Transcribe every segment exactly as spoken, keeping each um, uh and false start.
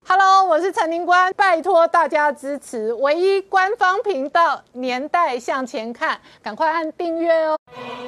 Hello， 我是陈宁官，拜托大家支持唯一官方频道《年代向前看》，赶快按订阅哦。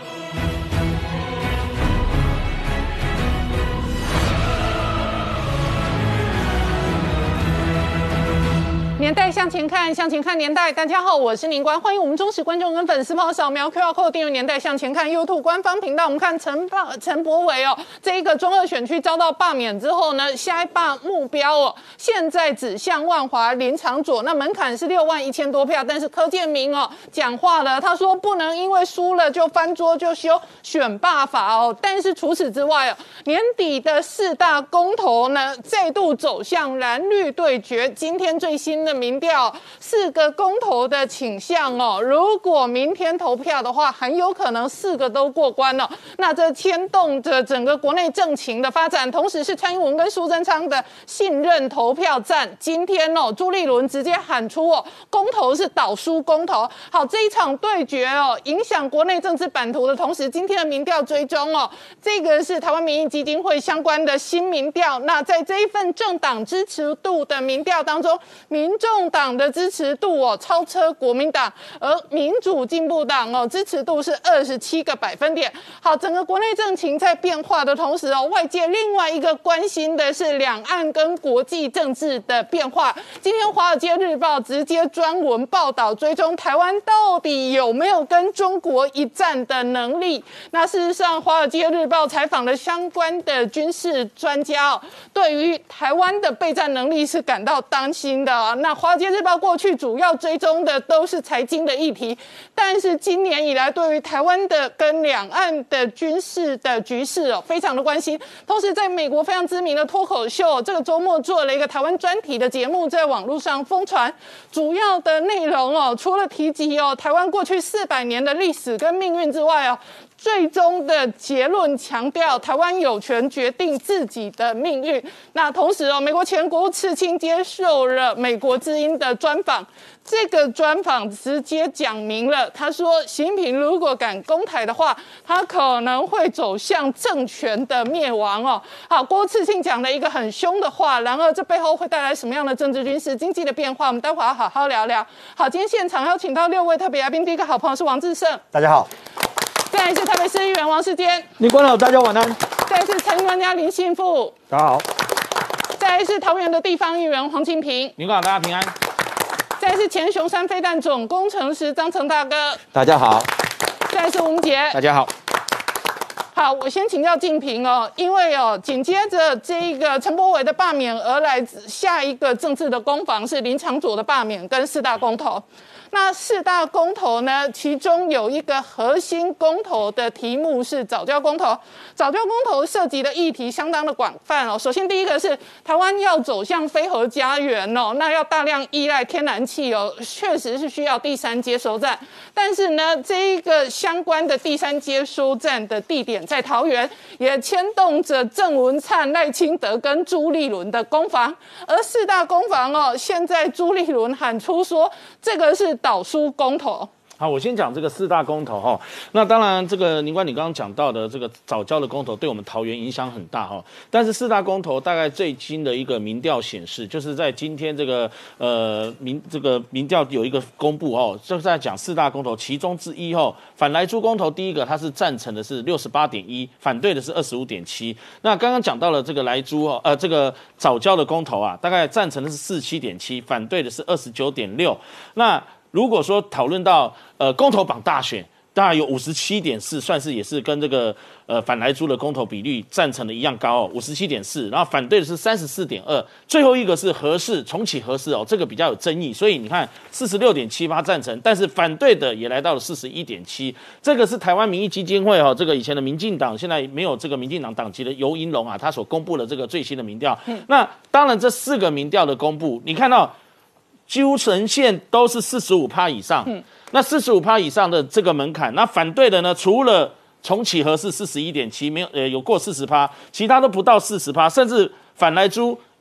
年代向前看，向前看年代。大家好，我是宁官，欢迎我们忠实观众跟粉丝朋友扫描 Q R code 订阅《年代向前看》YouTube 官方频道。我们看陈陈柏惟哦，这一个中二选区遭到罢免之后呢，下一罢目标哦，现在指向万华林长佐，那门槛是六万一千多票，但是柯建铭哦讲话了，他说不能因为输了就翻桌就修选罢法哦。但是除此之外哦，年底的四大公投呢，再度走向蓝绿对决。今天最新的民调，四个公投的倾向哦，如果明天投票的话，很有可能四个都过关了。那这牵动着整个国内政情的发展，同时是蔡英文跟苏贞昌的信任投票战。今天哦，朱立伦直接喊出哦，公投是倒输公投。好，这一场对决哦，影响国内政治版图的同时，今天的民调追踪哦，这个是台湾民意基金会相关的新民调。那在这一份政党支持度的民调当中，民众众党的支持度哦超车国民党，而民主进步党哦支持度是二十七个百分点。好，整个国内政情在变化的同时哦，外界另外一个关心的是两岸跟国际政治的变化。今天《华尔街日报》直接专文报道追踪台湾到底有没有跟中国一战的能力。那事实上，《华尔街日报》采访了相关的军事专家哦，对于台湾的备战能力是感到担心的啊。那《华尔街日报》过去主要追踪的都是财经的议题，但是今年以来对于台湾的跟两岸的军事的局势哦非常的关心。同时，在美国非常知名的脱口秀这个周末做了一个台湾专题的节目，在网络上疯传。主要的内容哦，除了提及哦台湾过去四百年的历史跟命运之外哦，最终的结论强调台湾有权决定自己的命运。那同时哦，美国前国务次卿接受了美国之音的专访，这个专访直接讲明了，他说习近平如果敢攻台的话，他可能会走向政权的灭亡哦。好，国务次卿讲了一个很凶的话，然而这背后会带来什么样的政治、军事、经济的变化？我们待会要好好聊聊。好，今天现场邀请到六位特别来宾，第一个好朋友是王志胜， 大家好。 再来是台北市议员王世坚， 你观好，大家晚安。 再来是陈专家林信富， 大家好。 再来是桃园的地方议员黄庆平， 你好，大家平安。 再来是前雄山飞弹总工程师张成大哥， 大家好。 再来是吴杰， 大家好。 好，我先请教敬平哦，因为哦，紧接着这一个陈柏惟的罢免而来，下一个政治的攻防是林长佐的罢免跟四大公投。那四大公投呢，其中有一个核心公投的题目是藻礁公投。藻礁公投涉及的议题相当的广泛哦。首先第一个是台湾要走向非核家园哦，那要大量依赖天然气哦，确实是需要第三接收站。但是呢，这一个相关的第三接收站的地点在桃园，也牵动着郑文灿、赖清德跟朱立伦的攻防。而四大攻防哦，现在朱立伦喊出说这个是倒输公投。 好，我先讲这个四大公投哈。那当然，这个宁官你刚刚讲到的这个藻礁的公投，对我们桃园影响很大哈。但是四大公投大概最新的一个民调显示，就是在今天这个呃民这个民调有一个公布哦，就是在讲四大公投其中之一哦。反莱猪公投第一个，它是赞成的是六十八点一，反对的是二十五点七。那刚刚讲到了这个莱猪哦，呃这个藻礁的公投啊，大概赞成的是四十七点七，反对的是二十九点六。那如果说讨论到呃公投榜大选，当然有五十七点四，算是也是跟这个呃反莱猪的公投比率赞成的一样高哦，五十七点四，然后反对的是三十四点二，最后一个是核四重启核四哦，这个比较有争议，所以你看四十六点七八赞成，但是反对的也来到了四十一点七，这个是台湾民意基金会哦，这个以前的民进党现在没有这个民进党党籍的游盈隆啊，他所公布的这个最新的民调，嗯、那当然这四个民调的公布，你看到。几乎呈现都是四十五趴以上，嗯、那四十五趴以上的这个门槛，那反对的呢，除了重启核四四十一点七，没有呃有过四十趴，其他都不到四十趴，甚至反莱猪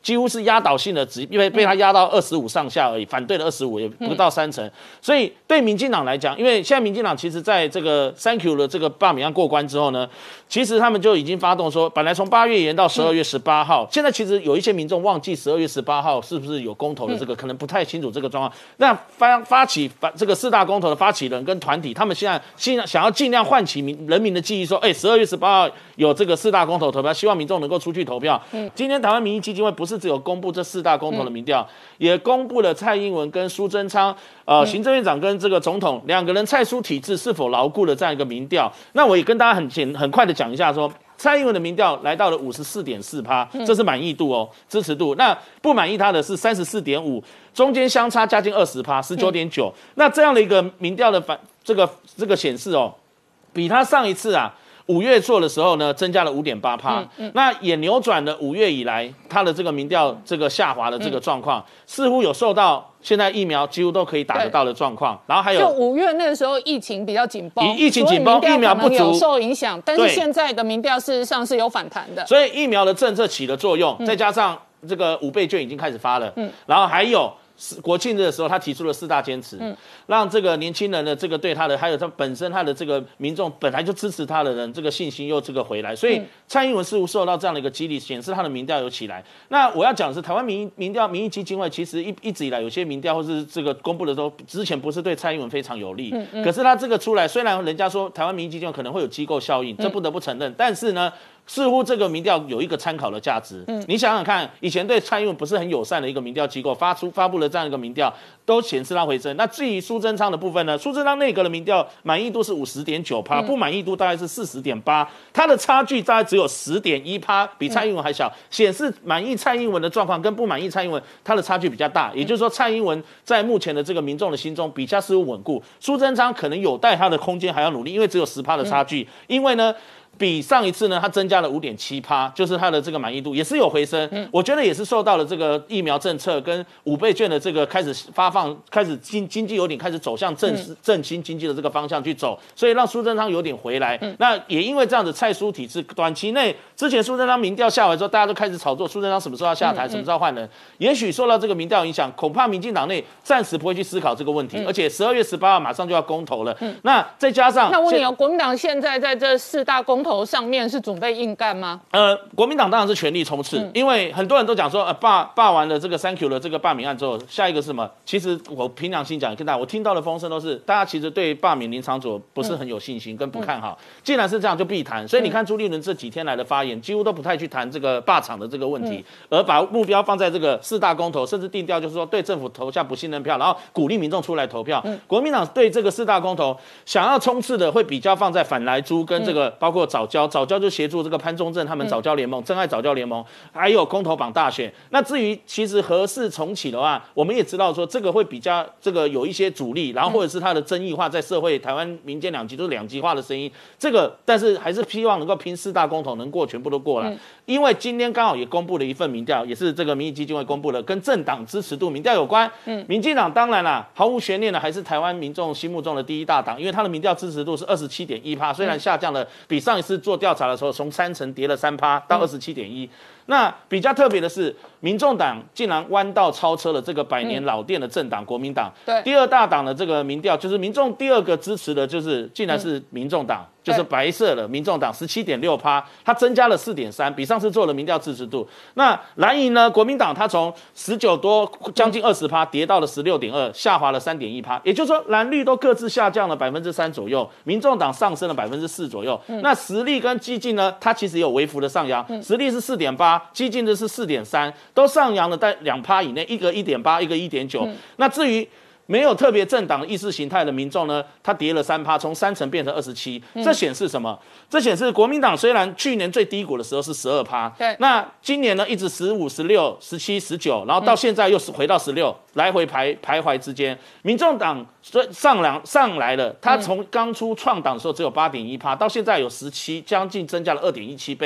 几乎是压倒性的值，因为被他压到二十五上下而已，反对了二十五，也不到三成。所以对民进党来讲，因为现在民进党其实在这个三 Q 的这个罢免案过关之后呢，其实他们就已经发动说，本来从八月延到十二月十八号，现在其实有一些民众忘记十二月十八号是不是有公投的这个，可能不太清楚这个状况。那发发起发这个四大公投的发起人跟团体，他们现在尽想要尽量唤起民人民的记忆，说，哎，十二月十八号有这个四大公投投票，希望民众能够出去投票。嗯，今天台湾民意基金会不是只有公布这四大公投的民调，嗯、也公布了蔡英文跟苏贞昌，呃，行政院长跟这个总统两个人蔡苏体制是否牢固的这样一个民调。那我也跟大家很简很快的讲一下说。蔡英文的民调来到了五十四点四趴，这是满意度哦，支持度。那不满意他的是三十四点五，中间相差将近二十趴，十九点九。那这样的一个民调的反这个这个显示哦，比他上一次啊五月做的时候呢，增加了五点八趴。那也扭转了五月以来他的这个民调这个下滑的这个状况，嗯、似乎有受到。现在疫苗几乎都可以打得到的状况，然后还有就五月那个时候疫情比较紧绷， 疫情紧绷，疫苗不足有受影响，但是现在的民调事实上是有反弹的， 所以疫苗的政策起了作用，嗯、再加上这个五倍券已经开始发了，嗯，然后还有。国庆日的时候，他提出了四大坚持，嗯、让这个年轻人的这个对他的，还有他本身他的这个民众本来就支持他的人，这个信心又这个回来，所以蔡英文似乎受到这样的一个激励，显示他的民调有起来。那我要讲的是，台湾民民调民意基金会其实一一直以来有些民调或是这个公布的时候，之前不是对蔡英文非常有利，嗯嗯、可是他这个出来，虽然人家说台湾民意基金会可能会有机构效应，这不得不承认，但是呢。似乎这个民调有一个参考的价值。嗯，你想想看，以前对蔡英文不是很友善的一个民调机构发出发布了这样一个民调，都显示他回升。那至于苏贞昌的部分呢？苏贞昌内阁的民调满意度是五十点九趴，不满意度大概是四十点八，它的差距大概只有十点一趴，比蔡英文还小，显示满意蔡英文的状况跟不满意蔡英文，它的差距比较大。也就是说，蔡英文在目前的这个民众的心中比较似乎稳固，苏贞昌可能有待他的空间还要努力，因为只有十趴的差距。嗯、因为呢。比上一次呢，它增加了五点七趴，就是它的这个满意度也是有回升。嗯，我觉得也是受到了这个疫苗政策跟五倍券的这个开始发放，开始经经济有点开始走向振振兴经济的这个方向去走，所以让苏贞昌有点回来。嗯、那也因为这样子，蔡苏体制短期内，之前苏贞昌民调下来之后，大家都开始炒作苏贞昌什么时候要下台，嗯嗯、什么时候换人。也许受到这个民调影响，恐怕民进党内暂时不会去思考这个问题。嗯、而且十二月十八号马上就要公投了。嗯、那再加上， 那问你哦，国民党现在在这四大公投上面是准备硬干吗？ 呃，国民党当然是全力冲刺，嗯、因为很多人都讲说，呃，罢罢完了这个三 Q 的这个罢免案之后，下一个是什么？其实我凭良心讲，跟大家我听到的风声都是，大家其实对罢免林昶佐不是很有信心，嗯、跟不看好。既然是这样，就必谈。所以你看朱立伦这几天来的发言，几乎都不太去谈这个罢场的这个问题，嗯、而把目标放在这个四大公投，甚至定调就是说对政府投下不信任票，然后鼓励民众出来投票。嗯、国民党对这个四大公投想要冲刺的，会比较放在反莱猪跟这个，嗯、包括早教，早教就协助这个潘忠政他们早教联盟、嗯、真爱早教联盟，还有公投榜大选。那至于其实何氏重启的话，我们也知道说这个会比较这个有一些阻力，然后或者是它的争议化，在社会台湾民间两极都是两极化的声音。这个但是还是希望能够拼四大公投能过，全部都过了。嗯、因为今天刚好也公布了一份民调，也是这个民意基金会公布的，跟政党支持度民调有关。嗯，民进党当然啦，毫无悬念的还是台湾民众心目中的第一大党，因为它的民调支持度是二十七点一趴，虽然下降了，比上一次做调查的时候从三成跌了三趴到二十七点一。那比较特别的是，民众党竟然弯道超车了这个百年老店的政党国民党。对，第二大党的这个民调，就是民众第二个支持的，就是竟然是民众党，就是白色的民众党十七点六趴，它增加了四点三，比上次做了民调支持度。那蓝营呢，国民党它从十九多将近二十趴跌到了十六点二，下滑了三点一趴，也就是说蓝绿都各自下降了百分之三左右，民众党上升了百分之四左右。嗯、那实力跟激进呢，它其实有微幅的上扬，嗯、实力是四点八。激进的是四点三，都上扬了在两趴以内，一个一点八，一个一点九。那至于没有特别政党的意识形态的民众呢，他跌了三趴，从三成变成二十七。这显示什么？这显示国民党虽然去年最低谷的时候是十二趴，对，那今年呢一直十五、十六、十七、十九，然后到现在又是回到十六，来回徘徘徊之间。民众党上来上来了，他从刚出创党的时候只有八点一趴，到现在有十七，将近增加了二点一七倍。嗯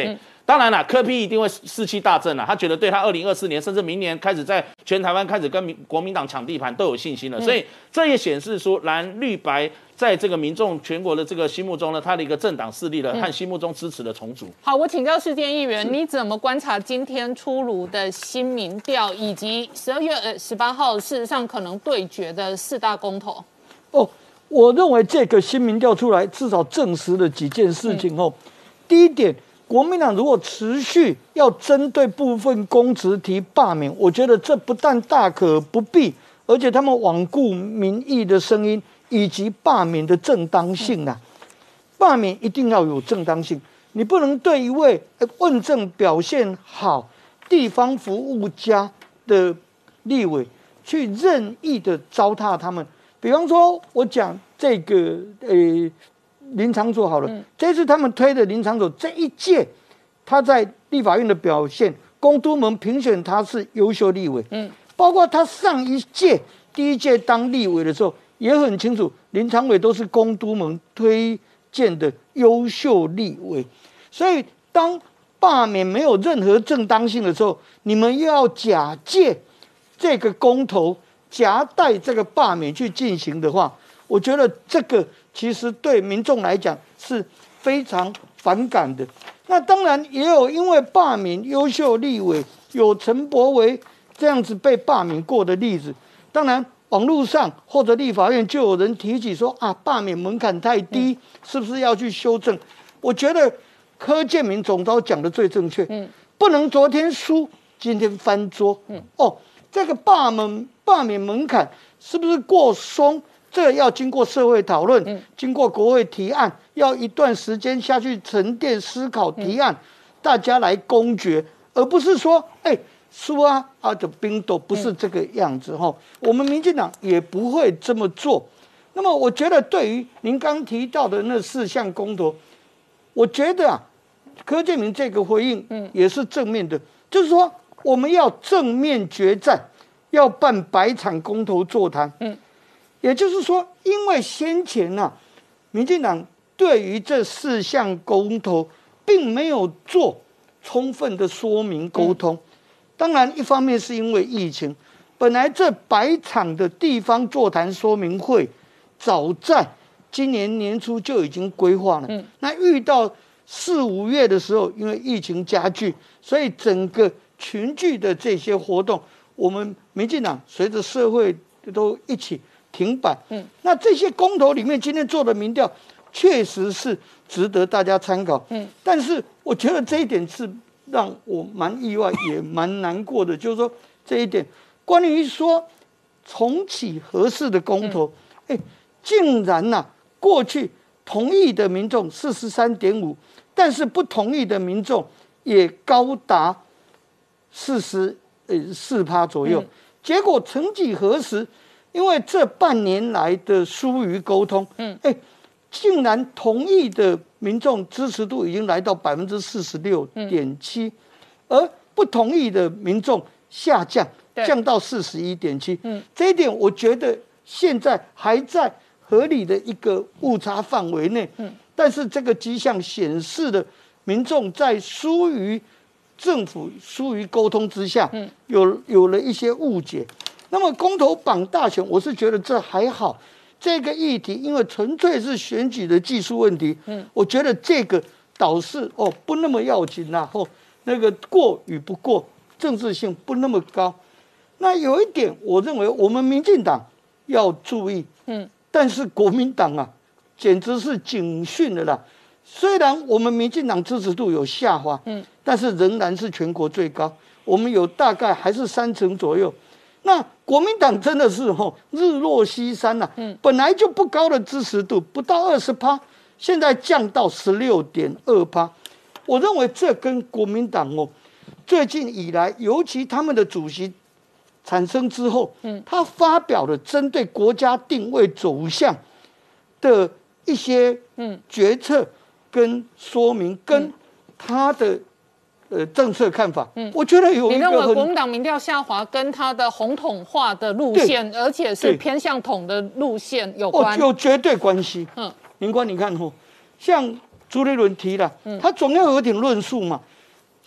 当然了，柯 P 一定会士气大振了，他觉得对他二零二四年甚至明年开始在全台湾开始跟民国民党抢地盘都有信心了。所以这也显示出蓝绿白在这个民众全国的这个心目中呢，他的一个政党势力的和心目中支持的重组。 好，我请教世坚议员，你怎么观察今天出炉的新民调，以及十二月呃十八号事实上可能对决的四大公投？ 哦，我认为这个新民调出来，至少证实了几件事情哦。嗯、第一点，国民党如果持续要针对部分公职提罢免，我觉得这不但大可不必，而且他们罔顾民意的声音以及罢免的正当性啊。罢免一定要有正当性，你不能对一位问政表现好、地方服务佳的立委去任意的糟蹋他们。比方说，我讲这个呃林长佐好了，嗯、这次他们推的林长佐这一届，他在立法院的表现，公都盟评选他是优秀立委，嗯，包括他上一届第一届当立委的时候，也很清楚，林长委都是公都盟推荐的优秀立委，所以当罢免没有任何正当性的时候，你们又要假借这个公投。夹带这个罢免去进行的话，我觉得这个其实对民众来讲是非常反感的。那当然也有因为罢免优秀立委，有陈柏惟这样子被罢免过的例子。当然，网络上或者立法院就有人提起说啊，罢免门槛太低，是不是要去修正？我觉得柯建铭总召讲的最正确，嗯，不能昨天输，今天翻桌，嗯，哦。这个罢免罢免门槛是不是过松？这个要经过社会讨论，嗯、经过国会提案，要一段时间下去沉淀思考提案，嗯、大家来公决，而不是说，哎，输啊啊的冰斗不是这个样子哈。嗯、我们民进党也不会这么做。那么，我觉得对于您刚提到的那四项公投，我觉得啊，柯建铭这个回应也是正面的，嗯、就是说。我们要正面决战，要办百场公投座谈。嗯，也就是说，因为先前啊，民进党对于这四项公投并没有做充分的说明沟通。嗯、当然，一方面是因为疫情，本来这百场的地方座谈说明会，早在今年年初就已经规划了。嗯，那遇到四五月的时候，因为疫情加剧，所以整个群聚的这些活动，我们民进党随着社会都一起停摆。嗯，那这些公投里面，今天做的民调确实是值得大家参考。嗯，但是我觉得这一点是让我蛮意外，也蛮难过的，就是说这一点，关于说重启核四的公投，哎、嗯，竟然呐、啊，过去同意的民众四十三点五，但是不同意的民众也高达。四十呃四趴左右，嗯、结果曾几何时，因为这半年来的疏于沟通，嗯，哎，竟然同意的民众支持度已经来到百分之四十六点七，而不同意的民众下降，降到四十一点七，嗯，这一点我觉得现在还在合理的一个误差范围内，嗯，但是这个迹象显示了民众在疏于。政府疏于沟通之下，有有了一些误解。那么公投绑大选，我是觉得这还好。这个议题因为纯粹是选举的技术问题，嗯，我觉得这个倒是哦不那么要紧啦，哦那个过与不过，政治性不那么高。那有一点，我认为我们民进党要注意，嗯，但是国民党啊，简直是警讯的啦。虽然我们民进党支持度有下滑，嗯，但是仍然是全国最高，我们有大概还是三成左右。那国民党真的是吼日落西山呐、啊，嗯，本来就不高的支持度，不到二十趴，现在降到十六点二趴。我认为这跟国民党哦，最近以来，尤其他们的主席产生之后，嗯，他发表了针对国家定位走向的一些嗯决策。跟说明跟他的呃政策看法，嗯，我觉得有一个你认为国民党民调下滑跟他的红统化的路线，而且是偏向统的路线有关， 哦，有绝对关系。嗯，林官，你看哦，像朱立伦提了，嗯，他总要有点论述嘛。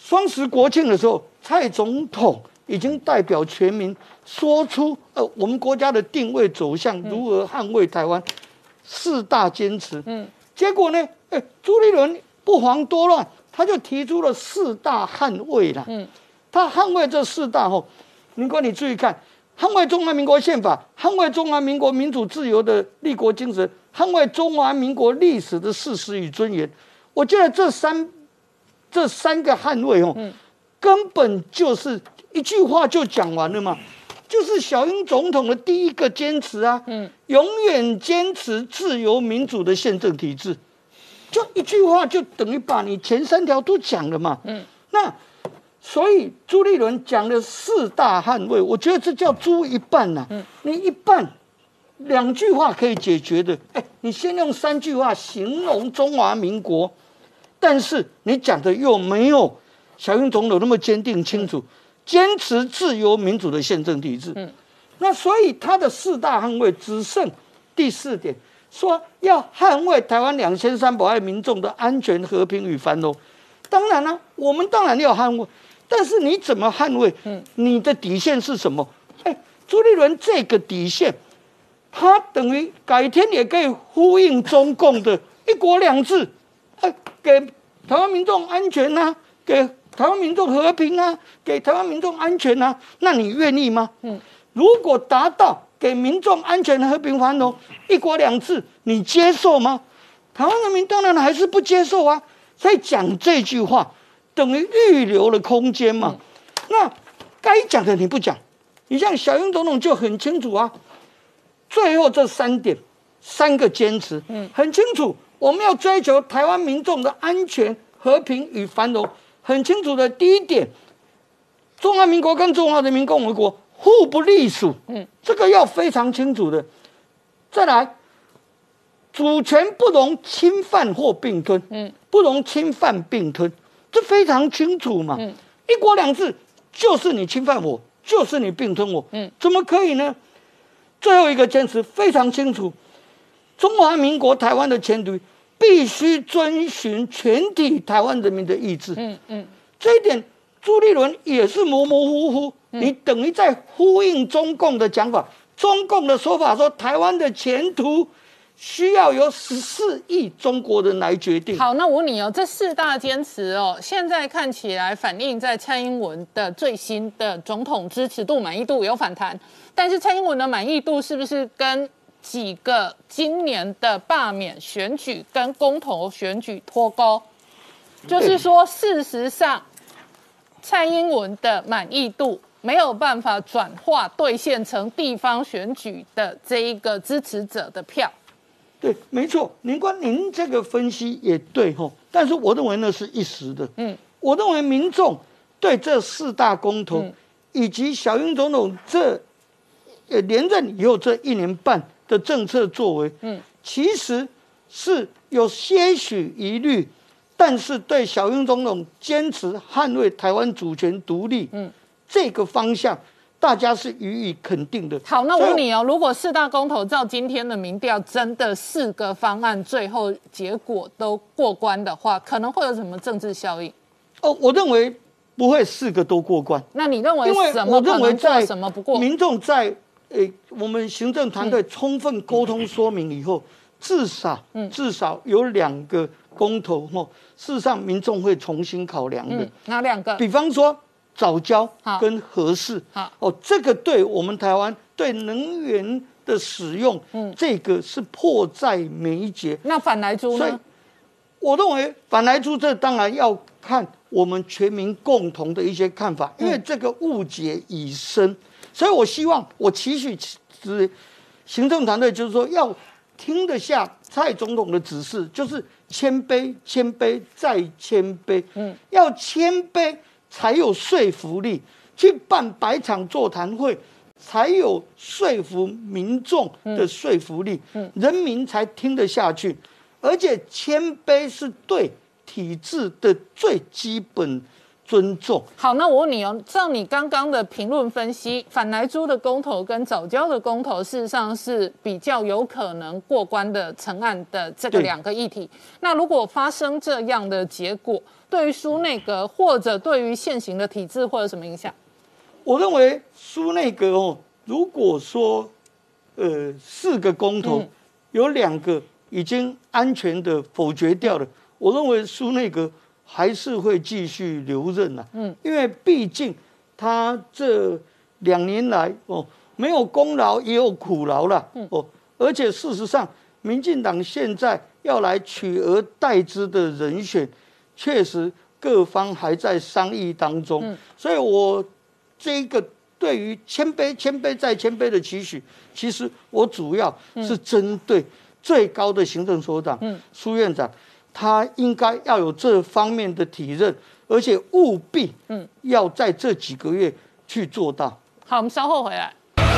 双十国庆的时候，蔡总统已经代表全民说出，呃，我们国家的定位走向，如何捍卫台湾四大坚持。嗯，结果呢，哎，朱立伦不遑多让，他就提出了四大捍卫了。嗯，他捍卫这四大吼，民国你注意看，捍卫中华民国宪法，捍卫中华民国民主自由的立国精神，捍卫中华民国历史的事实与尊严。我觉得这三这三个捍卫哦，嗯、根本就是一句话就讲完了嘛，就是小英总统的第一个坚持啊，嗯，永远坚持自由民主的宪政体制，就一句话就等于把你前三条都讲了嘛，嗯，那所以朱立伦讲了四大捍卫，我觉得这叫猪一半呐、啊，嗯，你一半两句话可以解决的，哎，你先用三句话形容中华民国，但是你讲的又没有小英总统那么坚定清楚。坚持自由民主的宪政体制，嗯，那所以他的四大捍卫只剩第四点，说要捍卫台湾两千三百万民众的安全、和平与繁荣。当然了、啊，我们当然要捍卫，但是你怎么捍卫？嗯，你的底线是什么？哎，朱立伦这个底线，他等于改天也可以呼应中共的一国两制，哎，给台湾民众安全啊，给台湾民众和平啊，给台湾民众安全啊，那你愿意吗？嗯，如果达到给民众安全、和平、繁荣、一国两制，你接受吗？台湾人民当然还是不接受啊。所以讲这句话，等于预留了空间嘛。嗯、那该讲的你不讲，你像小英总统就很清楚啊。最后这三点，三个坚持，嗯，很清楚，我们要追求台湾民众的安全、和平与繁荣。很清楚的第一点，中华民国跟中华人民共和国互不隶属，嗯，这个要非常清楚的。再来，主权不容侵犯或并吞，嗯，不容侵犯并吞，这非常清楚嘛。嗯，一国两制就是你侵犯我，就是你并吞我，嗯，怎么可以呢？最后一个坚持非常清楚，中华民国台湾的前途必须遵循全体台湾人民的意志。嗯嗯，这一点朱立伦也是模模糊糊，嗯、你等于在呼应中共的讲法。中共的说法说，台湾的前途需要由十四亿中国人来决定。 好，那我问你哦，这四大坚持哦，现在看起来反映在蔡英文的最新的总统支持度、满意度有反弹，但是蔡英文的满意度是不是跟几个今年的罢免选举跟公投选举脱钩？就是说，事实上，蔡英文的满意度没有办法转化兑现成地方选举的这一个支持者的票。 对，没错，您关您这个分析也对吼，但是我认为那是一时的。嗯，我认为民众对这四大公投、嗯、以及小英总统这呃连任以后这一年半的政策作为，嗯，其实是有些许疑虑，但是对小英总统坚持捍卫台湾主权独立，嗯，这个方向大家是予以肯定的。 好，那我问你哦，如果四大公投照今天的民调，真的四个方案最后结果都过关的话，可能会有什么政治效应？ 哦，我认为不会四个都过关。 那你认为什么可能做，什么不过？ 民众在诶，我们行政团队充分沟通说明以后，至少、嗯、至少有两个公投哦，事实上民众会重新考量的。嗯、 哪两个？ 比方说藻礁跟核四。好哦，这个对我们台湾对能源的使用，嗯，这个是迫在眉睫。 那反莱猪呢？所以我认为反莱猪这当然要看我们全民共同的一些看法，因为这个误解已深。所以我希望，我期许行政团队就是说，要听得下蔡总统的指示，就是谦卑、谦卑再谦卑。嗯，要谦卑才有说服力，去办百场座谈会，才有说服民众的说服力，嗯，人民才听得下去。而且谦卑是对体制的最基本尊重。 好，那我问你哦，照你刚刚的评论分析，反莱猪的公投跟藻礁的公投，事实上是比较有可能过关的成案的这个两个议题。那如果发生这样的结果，对于苏内阁或者对于现行的体制会有什么影响？ 我认为苏内阁哦，如果说呃四个公投、嗯、有两个已经安全的否决掉了，我认为苏内阁还是会继续留任啊。嗯，因为毕竟他这两年来哦，没有功劳也有苦劳啦。嗯哦，而且事实上，民进党现在要来取而代之的人选，确实各方还在商议当中。嗯，所以我。这一个对于谦卑、谦卑再谦卑的期许，其实我主要是针对最高的行政首长苏院长，他应该要有这方面的体认，而且务必要在这几个月去做到。 好，我们稍后回来。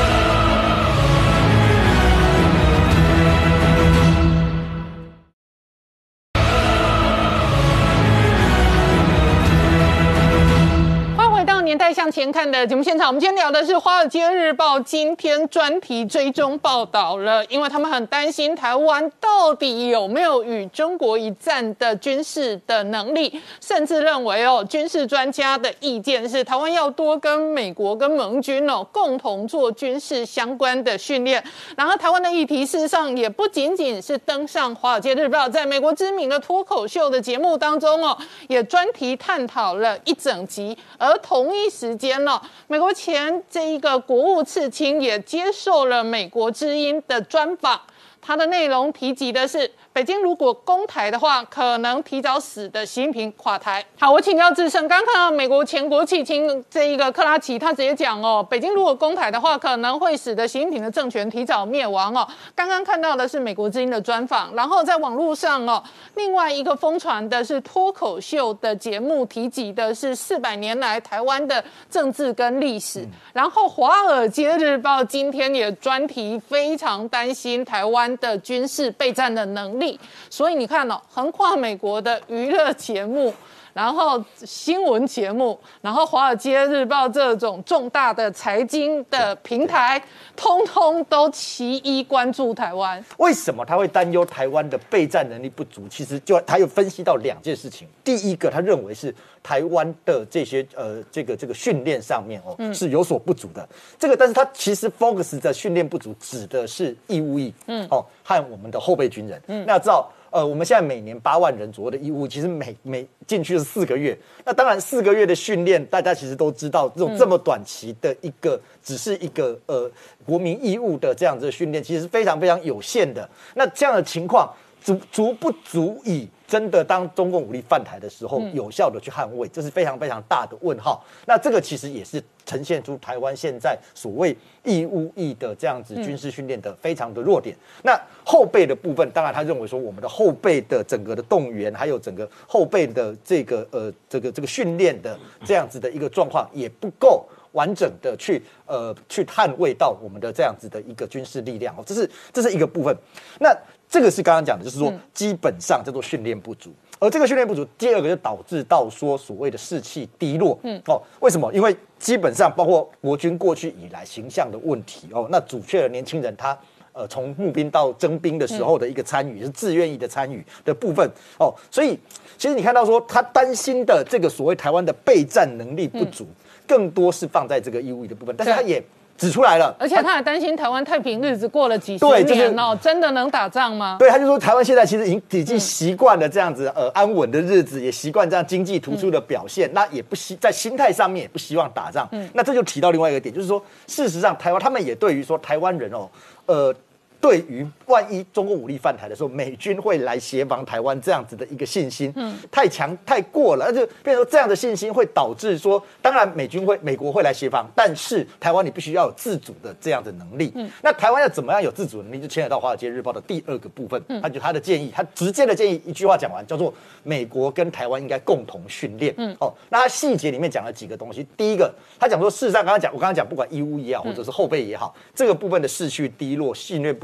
年代向前看的节目现场，我们今天聊的是《华尔街日报》今天专题追踪报道了，因为他们很担心台湾到底有没有与中国一战的军事的能力，甚至认为哦，军事专家的意见是台湾要多跟美国跟盟军哦共同做军事相关的训练。然后台湾的议题事实上也不仅仅是登上《华尔街日报》，在美国知名的脱口秀的节目当中哦，也专题探讨了一整集，而同一时间呢，美国前这一个国务次卿也接受了美国之音的专访，它的内容提及的是北京如果攻台的话，可能提早死的习近平垮台。好，我请教智胜，刚看到美国前国务次卿这一个克拉奇，他直接讲哦，北京如果攻台的话，可能会使得习近平的政权提早灭亡哦。刚刚看到的是美国之音的专访，然后在网络上哦，另外一个疯传的是脱口秀的节目，提及的是四百年来台湾的政治跟历史。嗯、然后《华尔街日报》今天也专题非常担心台湾的军事备战的能力。所以你看哦，横跨美国的娱乐节目，然后新闻节目，然后《华尔街日报》这种重大的财经的平台，通通都齐一关注台湾。 为什么他会担忧台湾的备战能力不足？其实就他有分析到两件事情。第一个，他认为是台湾的这些呃这个这个训练上面哦、嗯、是有所不足的。这个，但是他其实 focus 的训练不足指的是义务役，嗯哦和我们的后备军人。嗯，那要知道。呃，我们现在每年八万人左右的义务，其实每每进去是四个月。那当然，四个月的训练，大家其实都知道，这种这么短期的一个，只是一个呃国民义务的这样子的训练，其实是非常非常有限的。那这样的情况，足足不足以真的当中共武力犯台的时候，有效的去捍卫，这是非常非常大的问号。那这个其实也是呈现出台湾现在所谓义务役的这样子军事训练的非常的弱点。那后备的部分，当然他认为说我们的后备的整个的动员，还有整个后备的这个呃这个这个训练的这样子的一个状况也不够完整的去呃去捍卫到我们的这样子的一个军事力量哦，这是这是一个部分。那这个是刚刚讲的，就是说基本上叫做训练不足。而这个训练不足，第二个就导致到说所谓的士气低落。嗯，哦，为什么？因为基本上包括国军过去以来形象的问题哦，那主确的年轻人他呃从募兵到征兵的时候的一个参与、嗯、是自愿意的参与的部分哦，所以其实你看到说他担心的这个所谓台湾的备战能力不足，嗯、更多是放在这个义务役的部分，但是他也指出来了， 而且他还担心台湾太平日子过了几十年、就是、哦，真的能打仗吗？ 对，他就说台湾现在其实已经已经习惯了这样子呃安稳的日子，也习惯这样经济突出的表现，嗯、那也不希在心态上面也不希望打仗。嗯，那这就提到另外一个点，就是说事实上台湾他们也对于说台湾人哦，呃。对于万一中共武力犯台的时候，美军会来协防台湾这样子的一个信心，嗯，太强太过了，而且变成说这样的信心会导致说，当然美军会美国会来协防，但是台湾你必须要有自主的这样的能力。嗯，那台湾要怎么样有自主能力，就牵扯到《华尔街日报》的第二个部分，嗯，他就他的建议，他直接的建议一句话讲完，叫做美国跟台湾应该共同训练。嗯，哦，那他细节里面讲了几个东西，第一个，他讲说事实上刚刚讲我刚刚讲不管义务也好，或者是后备也好，这个部分的士气低落、训练不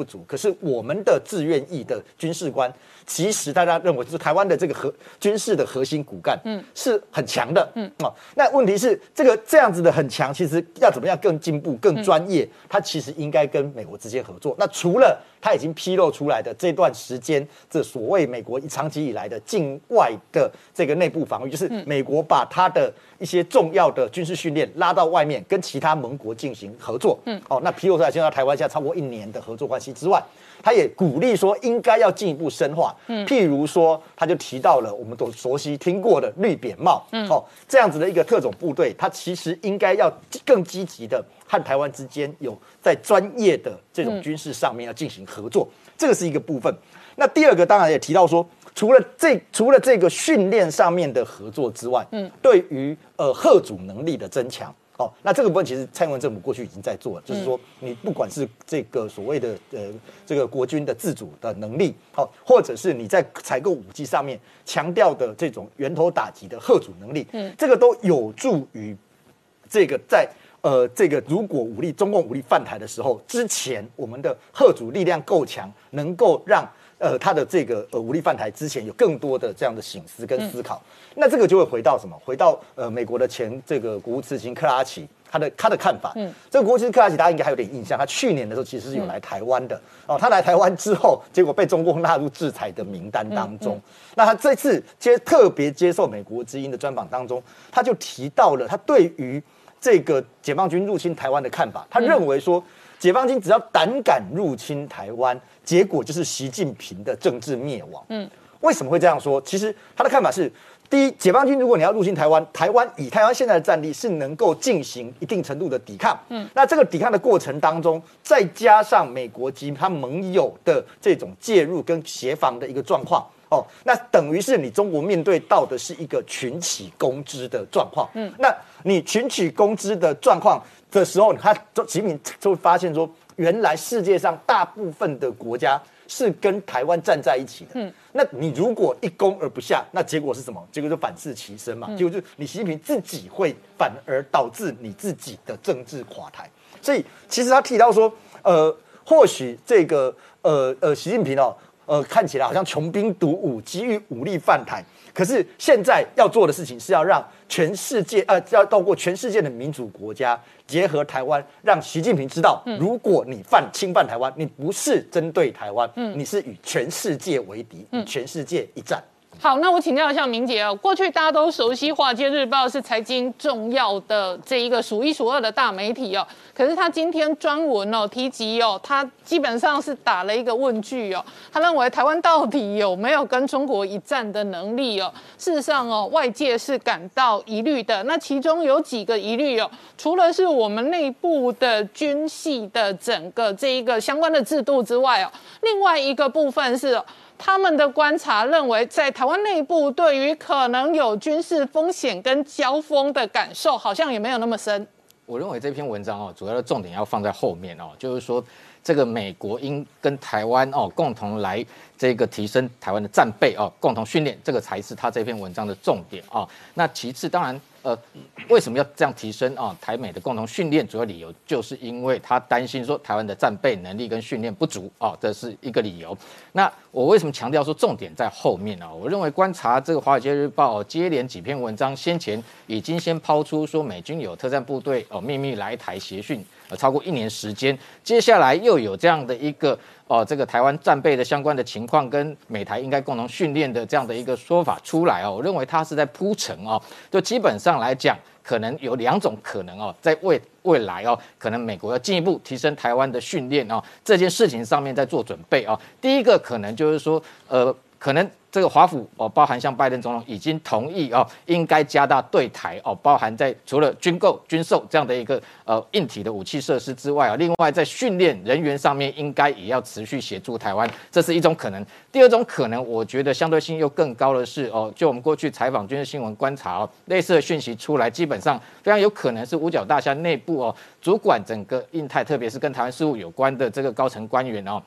不足，可是我们的自愿役的军事官，其实大家认为就是台湾的这个核军事的核心骨干，嗯，是很强的，嗯哦。那问题是这个这样子的很强，其实要怎么样更进步、更专业？它其实应该跟美国之间合作。那除了它已经披露出来的这段时间，这所谓美国长期以来的境外的这个内部防御，就是美国把它的一些重要的军事训练拉到外面，跟其他盟国进行合作。嗯，哦，那披露出来，现在台湾现在超过一年的合作关系之外，他也鼓励说应该要进一步深化。嗯，譬如说，他就提到了我们都熟悉听过的绿扁帽，嗯，哦，这样子的一个特种部队，它其实应该要更积极的和台湾之间有在专业的这种军事上面要进行合作，这个是一个部分。那第二个当然也提到说，除了这除了这个训练上面的合作之外，嗯，对于呃嚇阻能力的增强。哦，那这个部分其实蔡英文政府过去已经在做了，就是说你不管是这个所谓的呃这个国军的自主的能力，好、哦，或者是你在采购武器上面强调的这种源头打击的嚇阻能力，嗯，这个都有助于这个在呃这个如果武力中共武力犯台的时候，之前我们的嚇阻力量够强，能够让呃他的这个呃武力犯台之前有更多的这样的省思跟思考。嗯，那这个就会回到什么？回到呃美国的前这个国务次卿克拉奇他的他的看法。嗯，这个国务卿克拉奇大家应该还有点印象，他去年的时候其实是有来台湾的。哦，他来台湾之后，结果被中共纳入制裁的名单当中。嗯嗯、那他这次接特别接受美国之音的专访当中，他就提到了他对于这个解放军入侵台湾的看法。他认为说，解放军只要胆敢入侵台湾，结果就是习近平的政治灭亡。嗯，为什么会这样说？其实他的看法是。第一，解放军如果你要入侵台湾，台湾以台湾现在的战力是能够进行一定程度的抵抗。嗯，那这个抵抗的过程当中，再加上美国及他盟友的这种介入跟协防的一个状况，哦，那等于是你中国面对到的是一个群起攻之的状况。嗯，那你群起攻之的状况的时候，他习近平就会发现说，原来世界上大部分的国家是跟台湾站在一起的。嗯，那你如果一攻而不下，那结果是什么？结果就反噬其身嘛。嗯、结果就是你习近平自己会反而导致你自己的政治垮台。所以其实他提到说，呃，或许这个呃呃习近平哦，呃看起来好像穷兵黩武，急于武力犯台。可是现在要做的事情是要让全世界，呃，要透过全世界的民主国家结合台湾，让习近平知道，如果你犯侵犯台湾，你不是针对台湾，嗯、你是与全世界为敌，与全世界一战。 好，那我请教一下明杰哦，过去大家都熟悉《华尔街日报》是财经重要的这一个数一数二的大媒体哦，可是他今天专文哦提及哦，他基本上是打了一个问句哦，他认为台湾到底有没有跟中国一战的能力哦？事实上哦，外界是感到疑虑的，那其中有几个疑虑哦，除了是我们内部的军系的整个这一个相关的制度之外哦，另外一个部分是、哦。他们的观察认为，在台湾内部对于可能有军事风险跟交锋的感受，好像也没有那么深。 我认为这篇文章哦，主要的重点要放在后面哦，就是说这个美国应跟台湾哦共同来这个提升台湾的战备哦，共同训练，这个才是他这篇文章的重点啊、哦。那其次，当然。呃，为什么要这样提升啊？台美的共同训练主要理由就是因为他担心说台湾的战备能力跟训练不足啊，这是一个理由。那我为什么强调说重点在后面呢、啊？我认为观察这个《华尔街日报》接连几篇文章，先前已经先抛出说美军有特战部队哦秘密来台协训，呃超过一年时间，接下来又有这样的一个。哦，这个台湾战备的相关的情况跟美台应该共同训练的这样的一个说法出来哦，我认为它是在铺陈哦，就基本上来讲，可能有两种可能哦，在未未来哦，可能美国要进一步提升台湾的训练哦，这件事情上面在做准备哦。第一个可能就是说，呃，可能。这个华府哦，包含像拜登总统已经同意哦，应该加大对台哦，包含在除了军购、军售这样的一个呃硬体的武器设施之外啊，另外在训练人员上面应该也要持续协助台湾，这是一种可能。第二种可能，我觉得相对性又更高的是哦，就我们过去采访军事新闻观察哦，类似的讯息出来，基本上非常有可能是五角大厦内部哦，主管整个印太，特别是跟台湾事务有关的这个高层官员哦。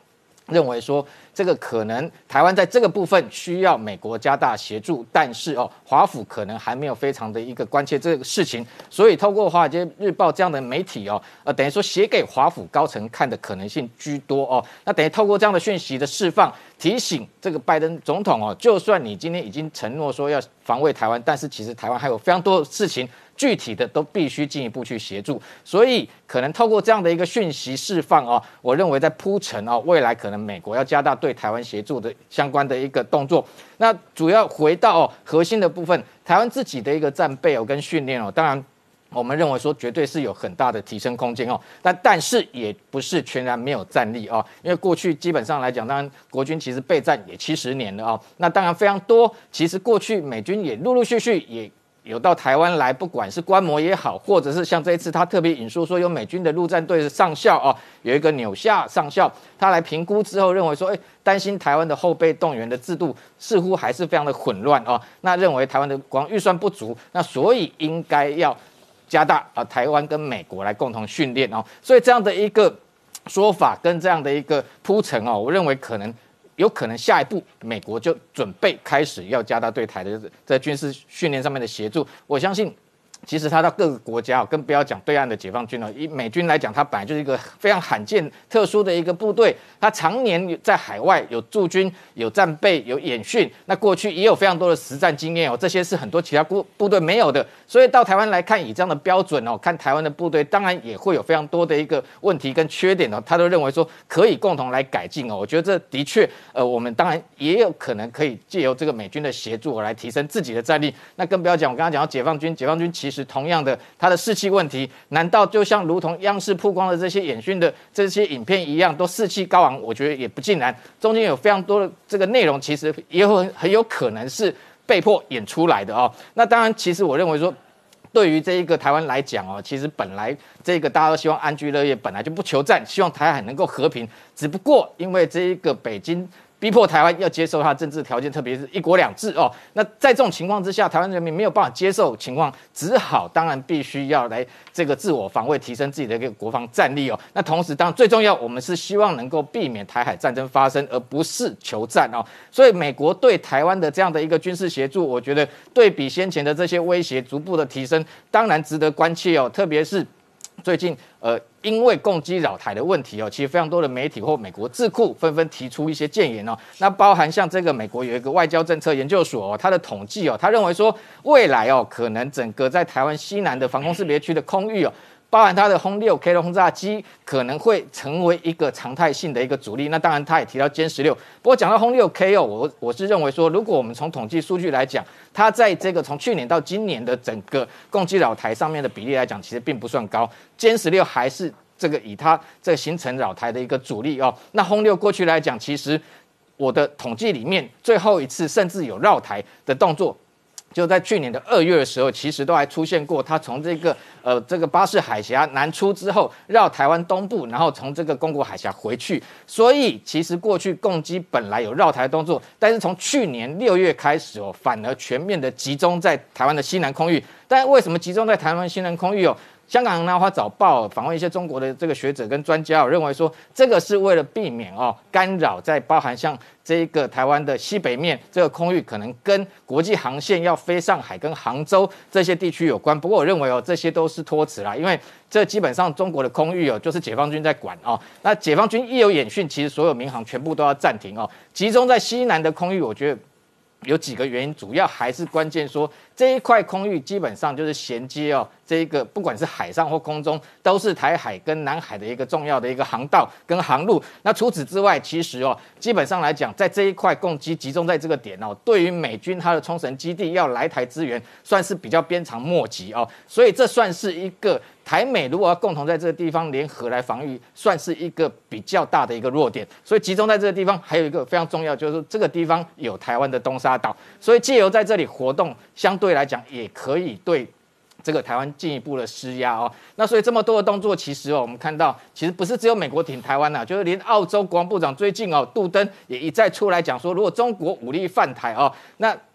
认为说，这个可能台湾在这个部分需要美国加大协助，但是哦，华府可能还没有非常的一个关切这个事情，所以透过《华尔街日报》这样的媒体哦，呃，等于说写给华府高层看的可能性居多哦。那等于透过这样的讯息的释放，提醒这个拜登总统哦，就算你今天已经承诺说要防卫台湾，但是其实台湾还有非常多的事情。具体的都必须进一步去协助，所以可能透过这样的一个讯息释放哦，我认为在铺陈哦，未来可能美国要加大对台湾协助的相关的一个动作。那主要回到哦核心的部分，台湾自己的一个战备哦跟训练哦，当然我们认为说绝对是有很大的提升空间哦，但但是也不是全然没有战力哦，因为过去基本上来讲，当然国军其实备战也七十年了哦，那当然非常多，其实过去美军也陆陆续续也。有到台湾来，不管是观摩也好，或者是像这一次他特别引述说有美军的陆战队的上校哦，有一个纽夏上校，他来评估之后认为说，哎，担心台湾的后备动员的制度似乎还是非常的混乱哦，那认为台湾的国防预算不足，那所以应该要加大啊台湾跟美国来共同训练哦，所以这样的一个说法跟这样的一个铺陈哦，我认为可能。有可能下一步美国就准备开始要加大对台的在军事训练上面的协助，我相信。其实他到各个国家哦，更不要讲对岸的解放军了。以美军来讲，它本来就是一个非常罕见、特殊的一个部队，它常年在海外有驻军、有战备、有演训。那过去也有非常多的实战经验哦，这些是很多其他部部队没有的。所以到台湾来看，以这样的标准哦，看台湾的部队，当然也会有非常多的一个问题跟缺点哦。他都认为说可以共同来改进哦。我觉得这的确，呃，我们当然也有可能可以借由这个美军的协助来提升自己的战力。那更不要讲，我刚刚讲到解放军，解放军其实。同样的，它的士气问题，难道就像如同央视曝光的这些演训的这些影片一样，都士气高昂？我觉得也不尽然，中间有非常多的这个内容，其实也很很有可能是被迫演出来的哦。那当然，其实我认为说，对于这一个台湾来讲哦，其实本来这个大家都希望安居乐业，本来就不求战，希望台海能够和平，只不过因为这一个北京。逼迫台湾要接受它的政治条件，特别是一国两制哦。那在这种情况之下，台湾人民没有办法接受情况，只好当然必须要来这个自我防卫，提升自己的一个国防战力哦。那同时，当然最重要，我们是希望能够避免台海战争发生，而不是求战哦。所以，美国对台湾的这样的一个军事协助，我觉得对比先前的这些威胁逐步的提升，当然值得关切哦。特别是最近呃。因为共机扰台的问题哦，其实非常多的媒体或美国智库纷纷提出一些建言哦。那包含像这个美国有一个外交政策研究所哦，它的统计哦，他认为说未来哦，可能整个在台湾西南的防空识别区的空域哦。包含它的轰六 K 的轰炸机可能会成为一个常态性的一个主力。那当然，他也提到歼十六。不过讲到轰六 K 哦，我我是认为说，如果我们从统计数据来讲，它在这个从去年到今年的整个共机扰台上面的比例来讲，其实并不算高。歼十六还是这个以它这个形成扰台的一个主力哦。那轰六过去来讲，其实我的统计里面最后一次甚至有绕台的动作。就在去年的二月的时候，其实都还出现过，他从这个呃这个巴士海峡南出之后，绕台湾东部，然后从这个宫古海峡回去。所以其实过去共机本来有绕台动作，但是从去年六月开始哦，反而全面的集中在台湾的西南空域。但为什么集中在台湾西南空域哦？香港南华早报访问一些中国的这个学者跟专家，我认为说这个是为了避免哦干扰，在包含像这一个台湾的西北面这个空域，可能跟国际航线要飞上海跟杭州这些地区有关。不过我认为哦这些都是托词啦，因为这基本上中国的空域哦就是解放军在管哦，那解放军一有演训，其实所有民航全部都要暂停哦，集中在西南的空域，我觉得。有几个原因，主要还是关键说这一块空域基本上就是衔接哦，这一个不管是海上或空中，都是台海跟南海的一个重要的一个航道跟航路。那除此之外，其实哦，基本上来讲，在这一块共机集中在这个点哦，对于美军它的冲绳基地要来台支援，算是比较鞭长莫及哦，所以这算是一个。台美如果要共同在这个地方联合来防御，算是一个比较大的一个弱点。所以集中在这个地方，还有一个非常重要，就是说这个地方有台湾的东沙岛，所以借由在这里活动，相对来讲也可以对这个台湾进一步的施压哦。那所以这么多的动作，其实哦，我们看到其实不是只有美国挺台湾呐、啊，就是连澳洲国防部长最近哦，杜登也一再出来讲说，如果中国武力犯台哦，那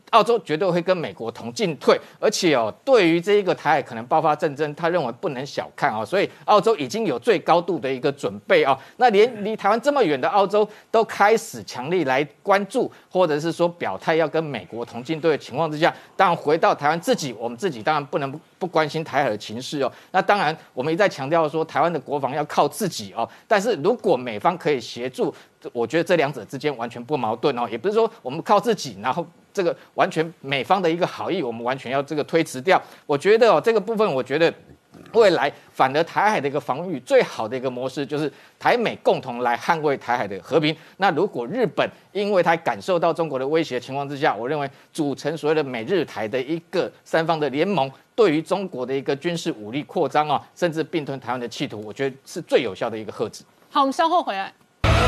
澳洲绝对会跟美国同进退，而且哦，对于这一个台海可能爆发战争，他认为不能小看哦，所以澳洲已经有最高度的一个准备哦。那连离台湾这么远的澳洲都开始强力来关注，或者是说表态要跟美国同进退的情况之下，当然回到台湾自己，我们自己当然不能不不关心台海的情势哦。那当然，我们一再强调说，台湾的国防要靠自己哦。但是如果美方可以协助，我觉得这两者之间完全不矛盾哦，也不是说我们靠自己，然后这个完全美方的一个好意，我们完全要这个推辞掉。我觉得哦，这个部分我觉得未来反而台海的一个防御最好的一个模式，就是台美共同来捍卫台海的和平。那如果日本因为他感受到中国的威胁的情况之下，我认为组成所谓的美日台的一个三方的联盟，对于中国的一个军事武力扩张啊，甚至并吞台湾的企图，我觉得是最有效的一个遏制。 好，我们稍后回来。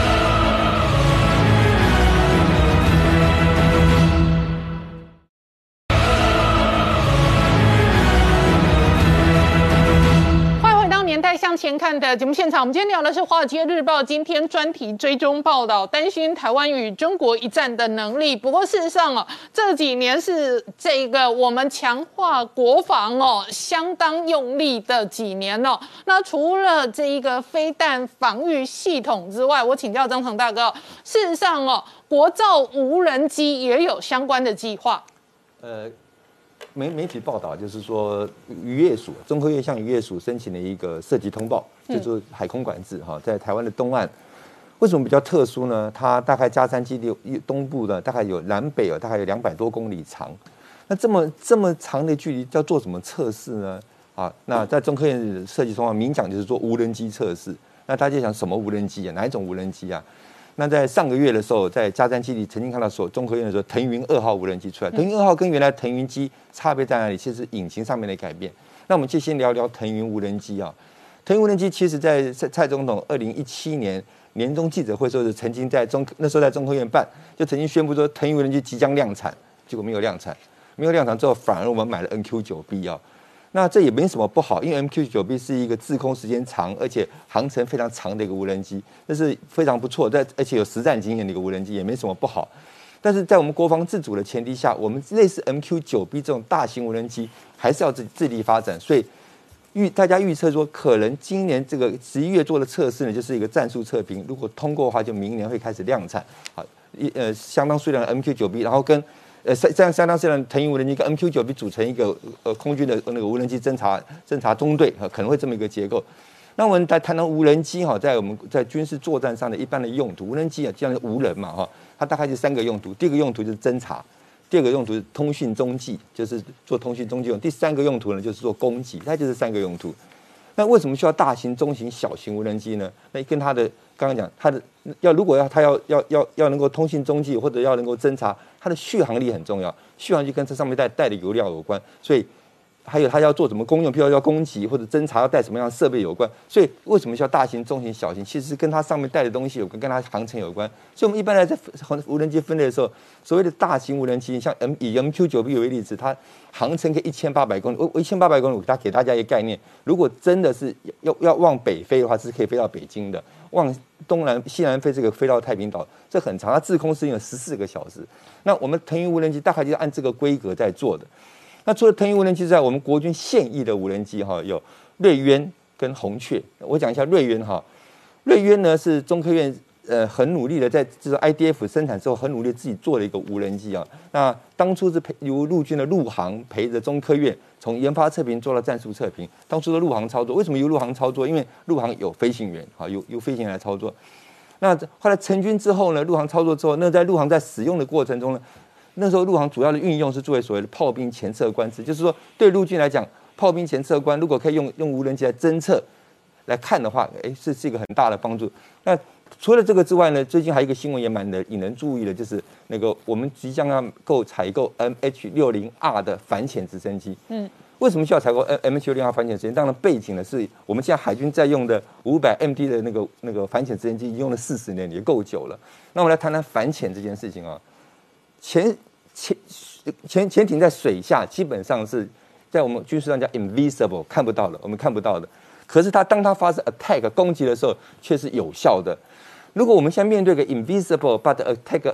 年代向前看的节目现场，我们今天聊的是《华尔街日报》今天专题追踪报道，担心台湾与中国一战的能力。不过事实上哦，这几年是这个我们强化国防哦，相当用力的几年哦。那除了这一个飞弹防御系统之外，我请教张腾大哥，事实上哦，国造无人机也有相关的计划。 呃。媒媒体报道就是说，渔业署中科院向渔业署申请了一个涉及通报，就是海空管制哈，在台湾的东岸，为什么比较特殊呢？它大概嘉山基地东部呢，大概有南北有大概有两百多公里长，那这么这么长的距离要做什么测试呢？啊，那在中科院设计通报明讲就是做无人机测试，那大家就想什么无人机啊？哪一种无人机啊？那在上个月的时候，在嘉山基地曾经看到说中科院的时候，腾云二号无人机出来。腾云二号跟原来腾云机差别在哪里？其实引擎上面的改变。那我们就先聊聊腾云无人机啊。腾云无人机其实在蔡总统二零一七年年终记者会的时候，曾经在中那时候在中科院办，就曾经宣布说腾云无人机即将量产，结果没有量产。没有量产之后，反而我们买了 N Q 九 B 啊。那这也没什么不好，因为 M Q 九 B 是一个滞空时间长，而且航程非常长的一个无人机，那是非常不错，在而且有实战经验的一个无人机，也没什么不好。但是在我们国防自主的前提下，我们类似 M Q 九 B 这种大型无人机还是要自自力发展，所以预大家预测说，可能今年这个十一月做的测试呢，就是一个战术测评，如果通过的话，就明年会开始量产，好，一呃相当数量的 M Q 九 B， 然后跟呃，这样相当数量腾云无人机跟 M Q 九 B 组成一个呃空军的那个无人机侦察侦察中队，可能会这么一个结构。那我们来谈谈无人机哈，在我们在军事作战上的一般的用途，无人机啊，既然是无人嘛哈，它大概是三个用途。第一个用途就是侦察，第二个用途是通讯中继，就是做通讯中继用。第三个用途呢，就是做攻击，它就是三个用途。那为什么需要大型、中型、小型无人机呢？那跟它的刚刚讲，它的要如果要它要要要要能够通信中继或者要能够侦察，它的续航力很重要，续航力跟这上面带带的油料有关，所以还有它要做什么功用，譬如要攻击或者侦察要带什么样的设备有关。所以为什么需要大型、中型、小型？其实是跟它上面带的东西有关，跟它航程有关。所以我们一般来在无人机分类的时候，所谓的大型无人机，像 M 以 M Q 九 B 为例子，它航程可以一千八百公里。我我一千八百公里，它给大家一个概念，如果真的是要要往北飞的话，是可以飞到北京的；往东南西南飞，这个飞到太平岛，这很长。它滞空时间有十四个小时。那我们腾云无人机大概就是按这个规格在做的。那除了腾云无人机之外，我们国军现役的无人机哈有瑞渊跟红雀。我讲一下瑞渊哈，瑞渊呢是中科院呃很努力的在就是 I D F 生产之后很努力自己做了一个无人机啊。那当初是陪由陆军的陆航陪着中科院从研发测评做到战术测评，当初的陆航操作。为什么由陆航操作？因为陆航有飞行员啊，有有飞行员来操作。那后来成军之后呢，陆航操作之后，那在陆航在使用的过程中呢，那时候陆航主要的运用是作为所谓的炮兵前侧观测，就是说对陆军来讲，炮兵前侧观如果可以用用无人机来侦测来看的话，哎，是是一个很大的帮助。那除了这个之外呢，最近还有一个新闻也蛮的引人注意的，就是那个我们即将要购采购 M H 六十 R 的反潜直升机。嗯，为什么需要采购 M H 六十 R 反潜直升机？当然背景呢是我们现在海军在用的五百 M D 的那个那个反潜直升机，已经用了四十年，也够久了。那我们来谈谈反潜这件事情啊。潜潜潜潜艇在水下基本上是在我们军事上叫 invisible 看不到的，我们看不到的。可是它当它发生 attack 攻击的时候，却是有效的。如果我们现在面对一个 invisible but attack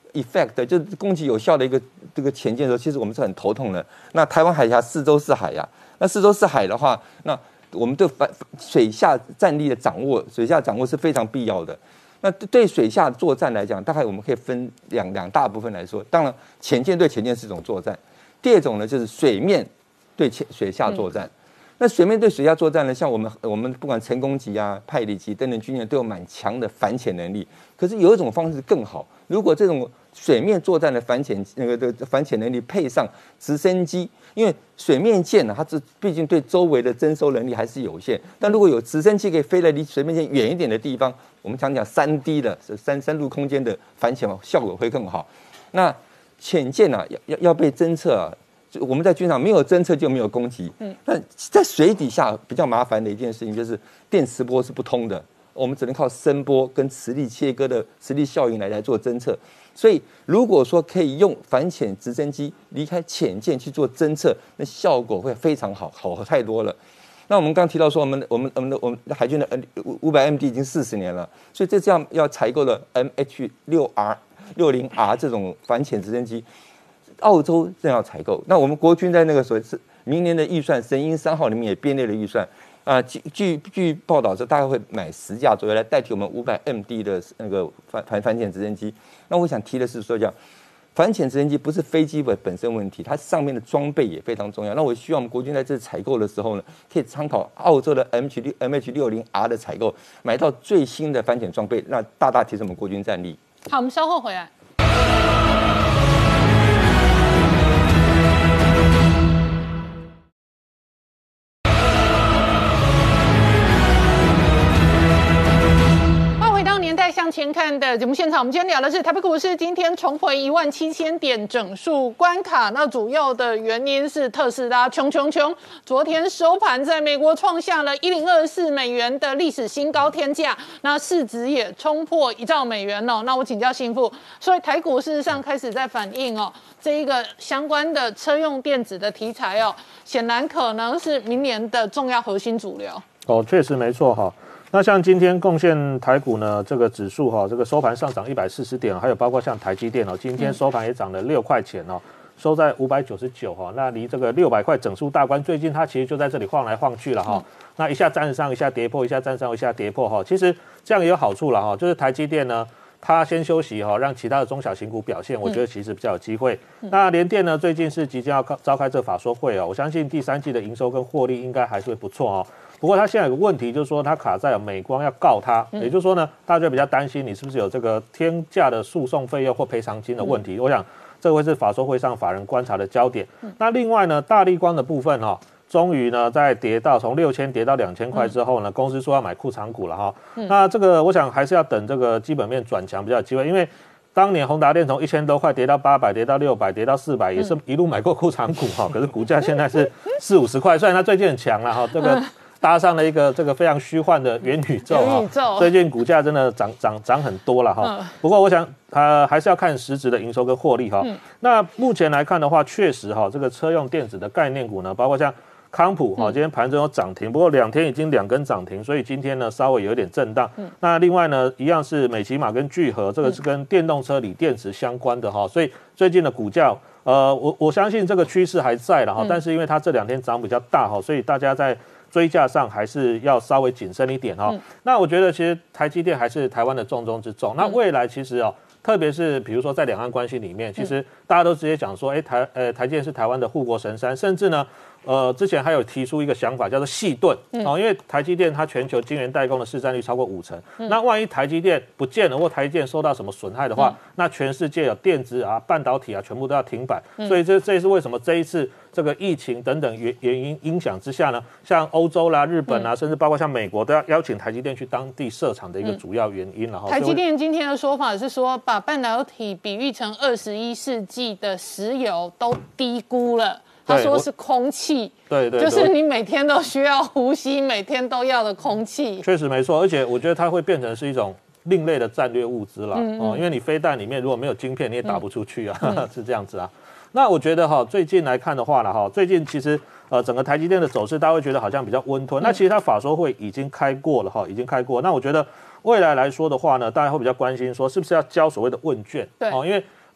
effect， 就是攻击有效的一个这个潜舰的时候，其实我们是很头痛的。那台湾海峡四周是海呀、啊，那四周是海的话，那我们对反水下战力的掌握，水下掌握是非常必要的。那对水下作战来讲，大概我们可以分两两大部分来说。当然，潜舰对潜舰是一种作战，第二种呢就是水面对潜水下作战。嗯，那水面对水下作战呢，像我们我们不管成功级啊、派里级等等军舰都有蛮强的反潜能力。可是有一种方式更好，如果这种水面作战的反潜那个的反潜能力配上直升机，因为水面舰呢，它这毕竟对周围的征收能力还是有限。但如果有直升机可以飞得离水面舰远一点的地方，我们讲讲三 D 的三三度空间的反潜效果会更好。那潜舰啊，要要要被侦测啊。我们在军场没有侦测就没有攻击。嗯，那在水底下比较麻烦的一件事情就是电磁波是不通的，我们只能靠声波跟磁力切割的磁力效应来来做侦测。所以如果说可以用反潜直升机离开潜舰去做侦测，那效果会非常好，好太多了。那我们刚提到说，我们我们我们的我们海军的五百 M D 已经四十年了，所以这这样要采购的 M H 六 R 六零 R 这种反潜直升机，澳洲正要采购。那我们国军在那个所谓是明年的预算，神鹰三号里面也编列了预算啊。据据据报道说，大概会买十架左右来代替我们五百 M D 的那个反反反潜直升机。那我想提的是说，讲反潜直升机不是飞机本身问题，它上面的装备也非常重要。那我希望我们国军在这采购的时候呢，可以参考澳洲的 M H 六 M H 六零 R 的采购，买到最新的反潜装备，那大大提升我们国军战力。 好，我们稍后回来。向前看的节目现场，我们今天聊的是台北股市今天重回一万七千点整数关卡。那主要的原因是特斯拉穷穷穷，昨天收盘在美国创下了一零二四美元的历史新高天价，那市值也冲破一兆美元哦。那我请教信富，所以台股事实上开始在反映哦，这一个相关的车用电子的题材哦，显然可能是明年的重要核心主流。 哦，确实没错哈。那像今天贡献台股呢，这个指数哈，这个收盘上涨一百四十点，还有包括像台积电哦，今天收盘也涨了六块钱哦，收在五百九十九哈，那离这个六百块整数大关，最近它其实就在这里晃来晃去了哈，那一下站上，一下跌破，一下站上，一下跌破哈，其实这样也有好处了哈，就是台积电呢，它先休息哈，让其他的中小型股表现，我觉得其实比较有机会。嗯、那联电呢，最近是即将要召开这法说会哦，我相信第三季的营收跟获利应该还是会不错哦。不过它现在有个问题，就是说它卡在美光要告它，嗯、也就是说呢，大家就比较担心你是不是有这个天价的诉讼费用或赔偿金的问题。嗯、我想这个会是法说会上法人观察的焦点。嗯、那另外呢，大立光的部分哈、哦，终于呢在跌到从六千跌到两千块之后呢，嗯、公司说要买库藏股了哈。嗯、那这个我想还是要等这个基本面转强比较有机会，因为当年宏达电从一千多块跌到八百，跌到六百，跌到四百，也是一路买过库藏股哈。可是股价现在是四五十块，虽然它最近很强了哈，这个。搭上了一个这个非常虚幻的元宇宙啊，最近股价真的涨涨涨很多了哈。不过我想，呃，还是要看实质的营收跟获利哈。嗯、那目前来看的话，确实哈，这个车用电子的概念股呢，包括像康普哈，今天盘中有涨停，不过两天已经两根涨停，所以今天呢稍微有点震荡。嗯、那另外呢，一样是美骑马跟聚合，这个是跟电动车锂电池相关的哈，所以最近的股价。呃，我我相信这个趋势还在了哈，嗯、但是因为它这两天涨比较大哈，所以大家在追价上还是要稍微谨慎一点哈。嗯、那我觉得其实台积电还是台湾的重中之重。嗯、那未来其实哦，特别是比如说在两岸关系里面，其实大家都直接讲说，哎，台呃台积电是台湾的护国神山，甚至呢。呃，之前还有提出一个想法，叫做细盾哦，因为台积电它全球晶圆代工的市占率超过五成，嗯、那万一台积电不见了，或台积电受到什么损害的话，嗯、那全世界有电子啊、半导体啊，全部都要停摆。嗯、所以这这也是为什么这一次这个疫情等等原原因影响之下呢，像欧洲啦、日本啊，嗯、甚至包括像美国，都要邀请台积电去当地设厂的一个主要原因了。 嗯、台积电今天的说法是说，把半导体比喻成二十一世纪的石油都低估了。他说是空气， 对 对, 对， 就是你每天都需要呼吸，每天都要的空气。 确实没错，而且我觉得它会变成是一种另类的战略物资啦。嗯嗯哦，因为你飞弹里面如果没有晶片，你也打不出去啊，嗯、是这样子啊。那我觉得哈，最近来看的话呢，哈，最近其实呃整个台积电的走势，大家会觉得好像比较温吞。嗯、那其实它法说会已经开过了哈，已经开过。那我觉得未来来说的话呢，大家会比较关心说是不是要交所谓的问卷，对，哦，因为。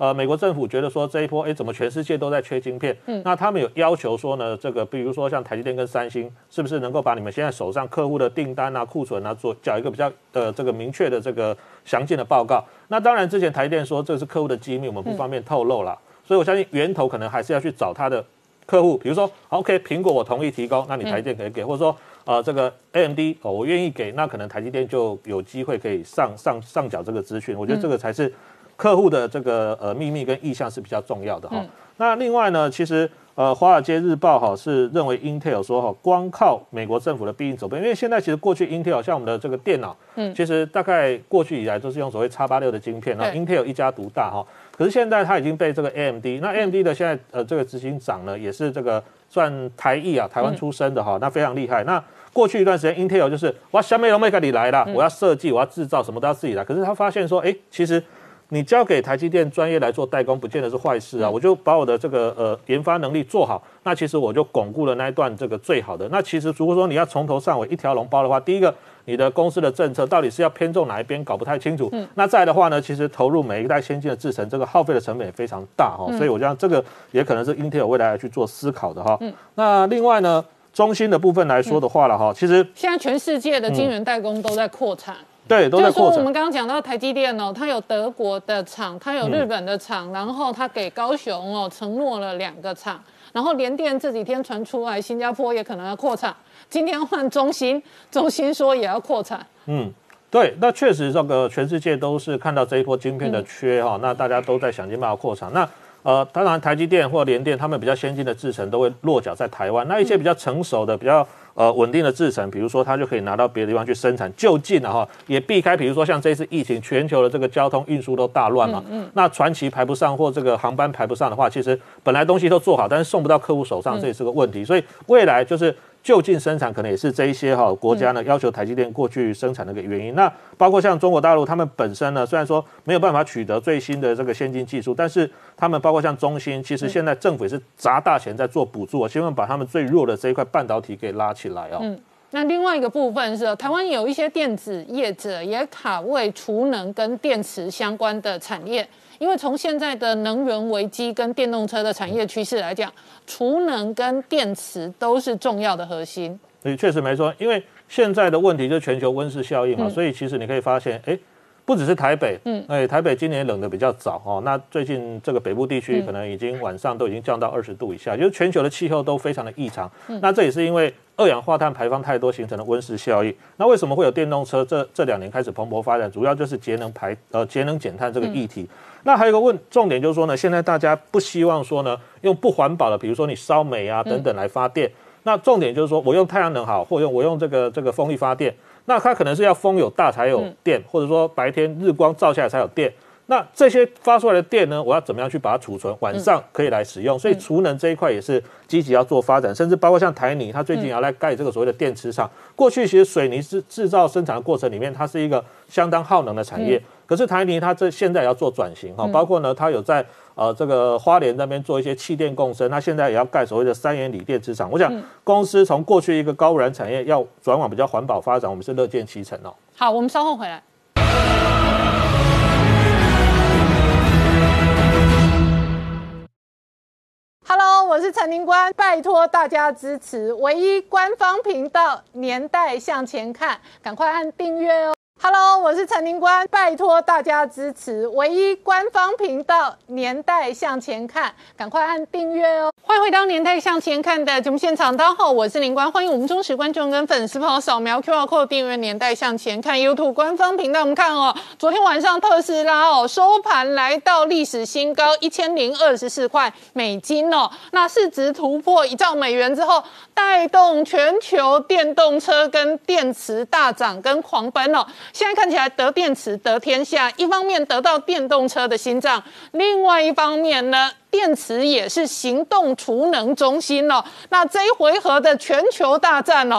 呃，美国政府觉得说这一波，哎，怎么全世界都在缺晶片？嗯，那他们有要求说呢，这个比如说像台积电跟三星，是不是能够把你们现在手上客户的订单啊、库存啊，做缴一个比较呃这个明确的这个详尽的报告？那当然，之前台积电说这是客户的机密，我们不方便透露啦。嗯、所以我相信源头可能还是要去找他的客户，比如说 ，OK， 苹果我同意提供，那你台积电可以给，嗯、或者说呃这个 A M D 哦，我愿意给，那可能台积电就有机会可以上上上缴这个资讯。我觉得这个才是。客户的这个呃秘密跟意向是比较重要的哈。嗯、那另外呢，其实呃《华尔街日报》哈是认为 Intel 说哈，光靠美国政府的必应走遍，因为现在其实过去 Intel 像我们的这个电脑，嗯，其实大概过去以来都是用所谓 X 八十六的晶片，然后 Intel 一家独大哈。可是现在它已经被这个 A M D， 那 A M D 的现在呃这个执行长呢，也是这个算台裔啊，台湾出身的哈，嗯、那非常厉害。那过去一段时间 Intel 就是我下面都没跟你来啦，嗯、我要设计，我要制造，什么都要自己来。可是他发现说，哎，其实你交给台积电专业来做代工，不见得是坏事啊。我就把我的这个呃研发能力做好，那其实我就巩固了那一段这个最好的。那其实如果说你要从头上尾一条龙包的话，第一个你的公司的政策到底是要偏重哪一边，搞不太清楚。嗯、那再来的话呢，其实投入每一代先进的制程，这个耗费的成本也非常大哈。嗯、所以我觉得这个也可能是 Intel 未来要去做思考的哈。嗯、那另外呢，中芯的部分来说的话了哈，嗯、其实现在全世界的晶圆代工都在扩产。嗯对，都在扩产。 就是说我们刚刚讲到台积电哦，它有德国的厂，它有日本的厂，嗯、然后它给高雄哦承诺了两个厂，然后联电这几天传出来，新加坡也可能要扩产，今天换中芯，中芯说也要扩产。 嗯，对，那确实这个全世界都是看到这一波晶片的缺哈，嗯、那大家都在想尽办法扩产。那呃，当然台积电或联电他们比较先进的制程都会落脚在台湾，那一些比较成熟的、比较呃稳定的制程，比如说它就可以拿到别的地方去生产，就近啊哈，也避开比如说像这次疫情，全球的这个交通运输都大乱嘛，嗯嗯、那船期排不上或这个航班排不上的话，其实本来东西都做好，但是送不到客户手上，这也是个问题，嗯、所以未来就是就近生产可能也是这一些哈国家呢要求台积电过去生产的一个原因。那包括像中国大陆，他们本身呢虽然说没有办法取得最新的这个先进技术，但是他们包括像中芯，其实现在政府也是砸大钱在做补助，希望把他们最弱的这一块半导体给拉起来哦。嗯， 那另外一个部分是台湾有一些电子业者也卡位储能跟电池相关的产业。因为从现在的能源危机跟电动车的产业趋势来讲，储能跟电池都是重要的核心。 对，确实没错。因为现在的问题就是全球温室效应嘛，嗯、所以其实你可以发现，哎，不只是台北，嗯，哎，台北今年冷得比较早哦。那最近这个北部地区可能已经晚上都已经降到二十度以下，就是全球的气候都非常的异常。嗯、那这也是因为二氧化碳排放太多形成的温室效应。那为什么会有电动车这这两年开始蓬勃发展？主要就是节能排呃节能减碳这个议题。嗯、那还有一个问重点就是说呢，现在大家不希望说呢用不环保的，比如说你烧煤啊等等来发电。嗯、那重点就是说我用太阳能好，或用我用这个这个风力发电。那它可能是要风有大才有电，嗯、或者说白天日光照下来才有电。那这些发出来的电呢，我要怎么样去把它储存，晚上可以来使用？嗯、所以储能这一块也是积极要做发展，甚至包括像台泥，它最近也要来盖这个所谓的电池厂。嗯、过去其实水泥制制造生产的过程里面，它是一个相当耗能的产业。嗯、可是台泥它这现在也要做转型哈，嗯、包括呢，它有在呃这个花莲那边做一些气电共生，它现在也要盖所谓的三元锂电池厂。我想公司从过去一个高污染产业要转往比较环保发展，我们是乐见其成哦。 好，我们稍后回来。Hello， 我是陈宁官，拜托大家支持唯一官方频道《年代向前看》，赶快按订阅哦。Hello， 我是陈宁官，拜托大家支持唯一官方频道《年代向前看》，赶快按订阅哦。欢迎回到《年代向前看》的节目现场，大家好，我是宁官，欢迎我们忠实观众跟粉丝朋友扫描 Q R code 订阅《年代向前看》YouTube 官方频道。我们看哦，昨天晚上特斯拉哦收盘来到历史新高一千零二十四块美金哦，那市值突破一兆美元之后，带动全球电动车跟电池大涨跟狂奔哦。现在看起来得电池得天下，一方面得到电动车的心脏，另外一方面呢，电池也是行动储能中心哦。那这一回合的全球大战哦，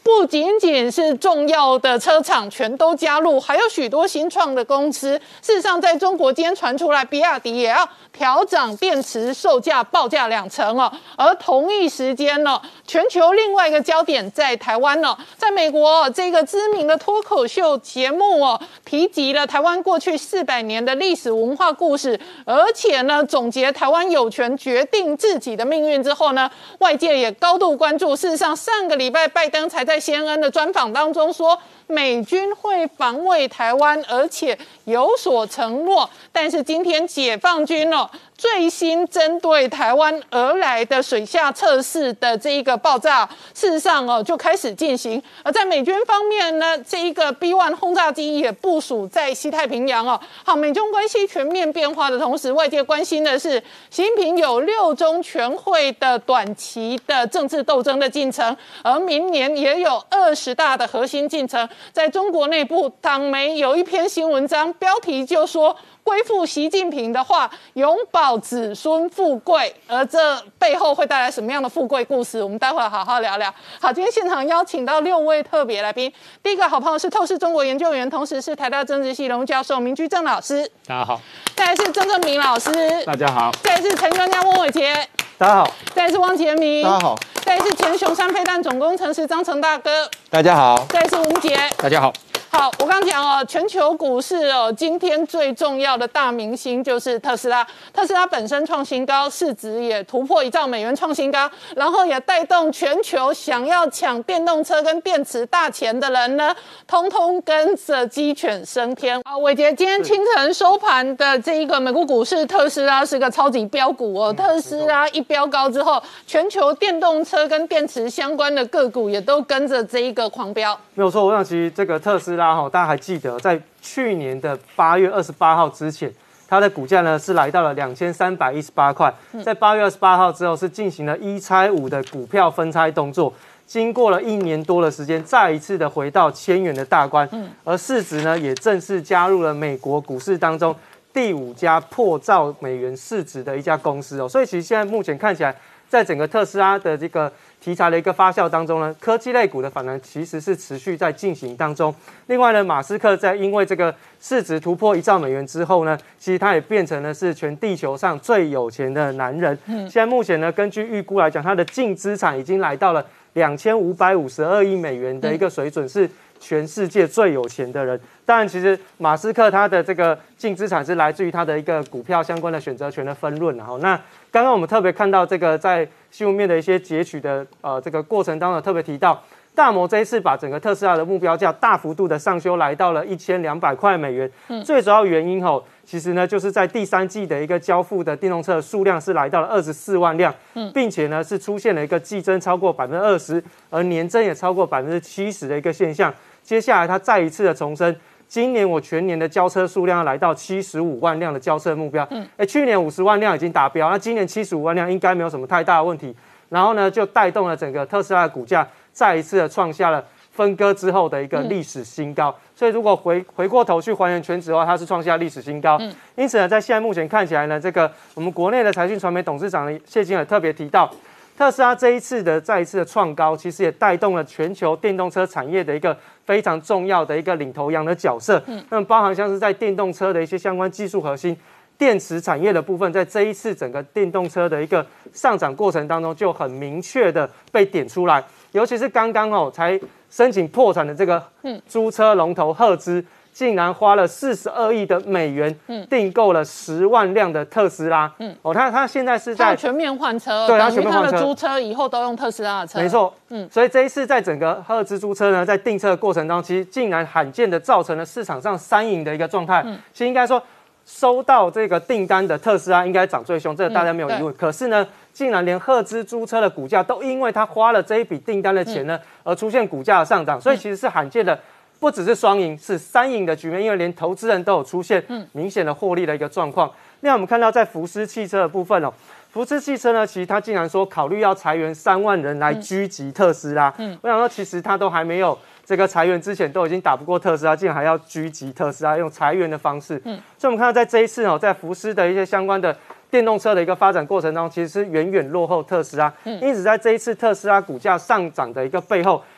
不仅仅是重要的车厂全都加入，还有许多新创的公司。事实上，在中国今天传出来，比亚迪也要调涨电池售价报价两成哦。而同一时间呢，全球另外一个焦点在台湾呢，在美国这个知名的脱口秀节目哦，提及了台湾过去四百年的历史文化故事，而且呢，总结台湾有权决定自己的命运之后呢，外界也高度关注。事实上，上个礼拜拜登才在 C N N 的专访当中说，美军会防卫台湾，而且有所承诺。但是今天解放军哦，最新针对台湾而来的水下测试的这一个爆炸，事实上哦就开始进行。而在美军方面呢，这一个 B 一 轰炸机也部署在西太平洋哦。好，美中关系全面变化的同时，外界关心的是习近平有六中全会的短期的政治斗争的进程，而明年也有二十大的核心进程。在中国内部，党媒有一篇新文章，标题就说，归附习近平的话，永保子孙富贵。而这背后会带来什么样的富贵故事？我们待会儿好好聊聊。好，今天现场邀请到六位特别来宾。第一个好朋友是透视中国研究员，同时是台大政治系荣誉教授明居正老师。 大家好。 再来是曾正明老师。 大家好。 再来是陈专家翁伟杰。 大家好。 再来是汪杰明。 大家好。 再来是前雄山飞弹总工程师张成大哥。 大家好。 再来是吴杰。 大家好。 好，我刚讲哦，全球股市哦，今天最重要的大明星就是特斯拉。特斯拉本身创新高，市值也突破一兆美元创新高，然后也带动全球想要抢电动车跟电池大钱的人呢，通通跟着鸡犬升天。啊，伟杰，今天清晨收盘的这一个美国股市，特斯拉是个超级标股哦。特斯拉一飙高之后，全球电动车跟电池相关的个股也都跟着这一个狂飙。 没有错，我想其实这个特斯拉。大家还记得，在去年的八月二十八号之前，它的股价呢是来到了两千三百一十八块。在八月二十八号之后，是进行了一拆五的股票分拆动作，经过了一年多的时间，再一次的回到千元的大关。而市值呢，也正式加入了美国股市当中第五家破兆美元市值的一家公司哦。所以其实现在目前看起来，在整个特斯拉的这个题材的一个发酵当中呢，科技类股的反弹其实是持续在进行当中。另外呢，马斯克在因为这个市值突破一兆美元之后呢，其实他也变成了是全地球上最有钱的男人。嗯，现在目前呢，根据预估来讲，他的净资产已经来到了两千五百五十二亿美元的一个水准，是全世界最有钱的人。当然，其实马斯克他的这个净资产是来自于他的一个股票相关的选择权的分润。然后，那刚刚我们特别看到这个在新闻面的一些截取的呃这个过程当中，特别提到大摩这一次把整个特斯拉的目标价大幅度的上修，来到了一千两百块美元。嗯，最主要原因吼，其实呢就是在第三季的一个交付的电动车的数量是来到了二十四万辆，嗯，并且呢是出现了一个季增超过百分之二十，而年增也超过百分之七十的一个现象。接下来他再一次的重申，今年我全年的交车数量要来到七十五万辆的交车目标。嗯，哎，去年五十万辆已经达标，那今年七十五万辆应该没有什么太大的问题。然后呢，就带动了整个特斯拉的股价再一次的创下了分割之后的一个历史新高。嗯，所以如果回回过头去还原全值的话，它是创下历史新高。嗯，因此呢，在现在目前看起来呢，这个我们国内的财讯传媒董事长谢金河特别提到，特斯拉这一次的再一次的创高，其实也带动了全球电动车产业的一个非常重要的一个领头羊的角色。嗯，那么包含像是在电动车的一些相关技术核心、电池产业的部分，在这一次整个电动车的一个上涨过程当中，就很明确的被点出来。尤其是刚刚哦才申请破产的这个租车龙头赫兹，竟然花了四十二亿的美元订购了十万辆的特斯拉。嗯，哦，他他现在是在全面换车， 对，他全面换车， 他的租车以后都用特斯拉的车。 没错，嗯，所以这一次在整个赫兹租车呢，在订车的过程当中，其实竟然罕见的造成了市场上三赢的一个状态。嗯，其实应该说，收到这个订单的特斯拉应该涨最凶，这个大家没有疑问。嗯，可是呢，竟然连赫兹租车的股价都因为他花了这一笔订单的钱呢，嗯，而出现股价的上涨，所以其实是罕见的。不只是双赢，是三赢的局面，因为连投资人都有出现明显的获利的一个状况。另外，我们看到在福斯汽车的部分哦，福斯汽车呢，其实他竟然说考虑要裁员三万人来狙击特斯拉。嗯，我想说，其实他都还没有这个裁员之前，都已经打不过特斯拉，竟然还要狙击特斯拉，用裁员的方式。嗯，所以我们看到在这一次哦，在福斯的一些相关的电动车的一个发展过程当中，其实是远远落后特斯拉。嗯，因此在这一次特斯拉股价上涨的一个背后，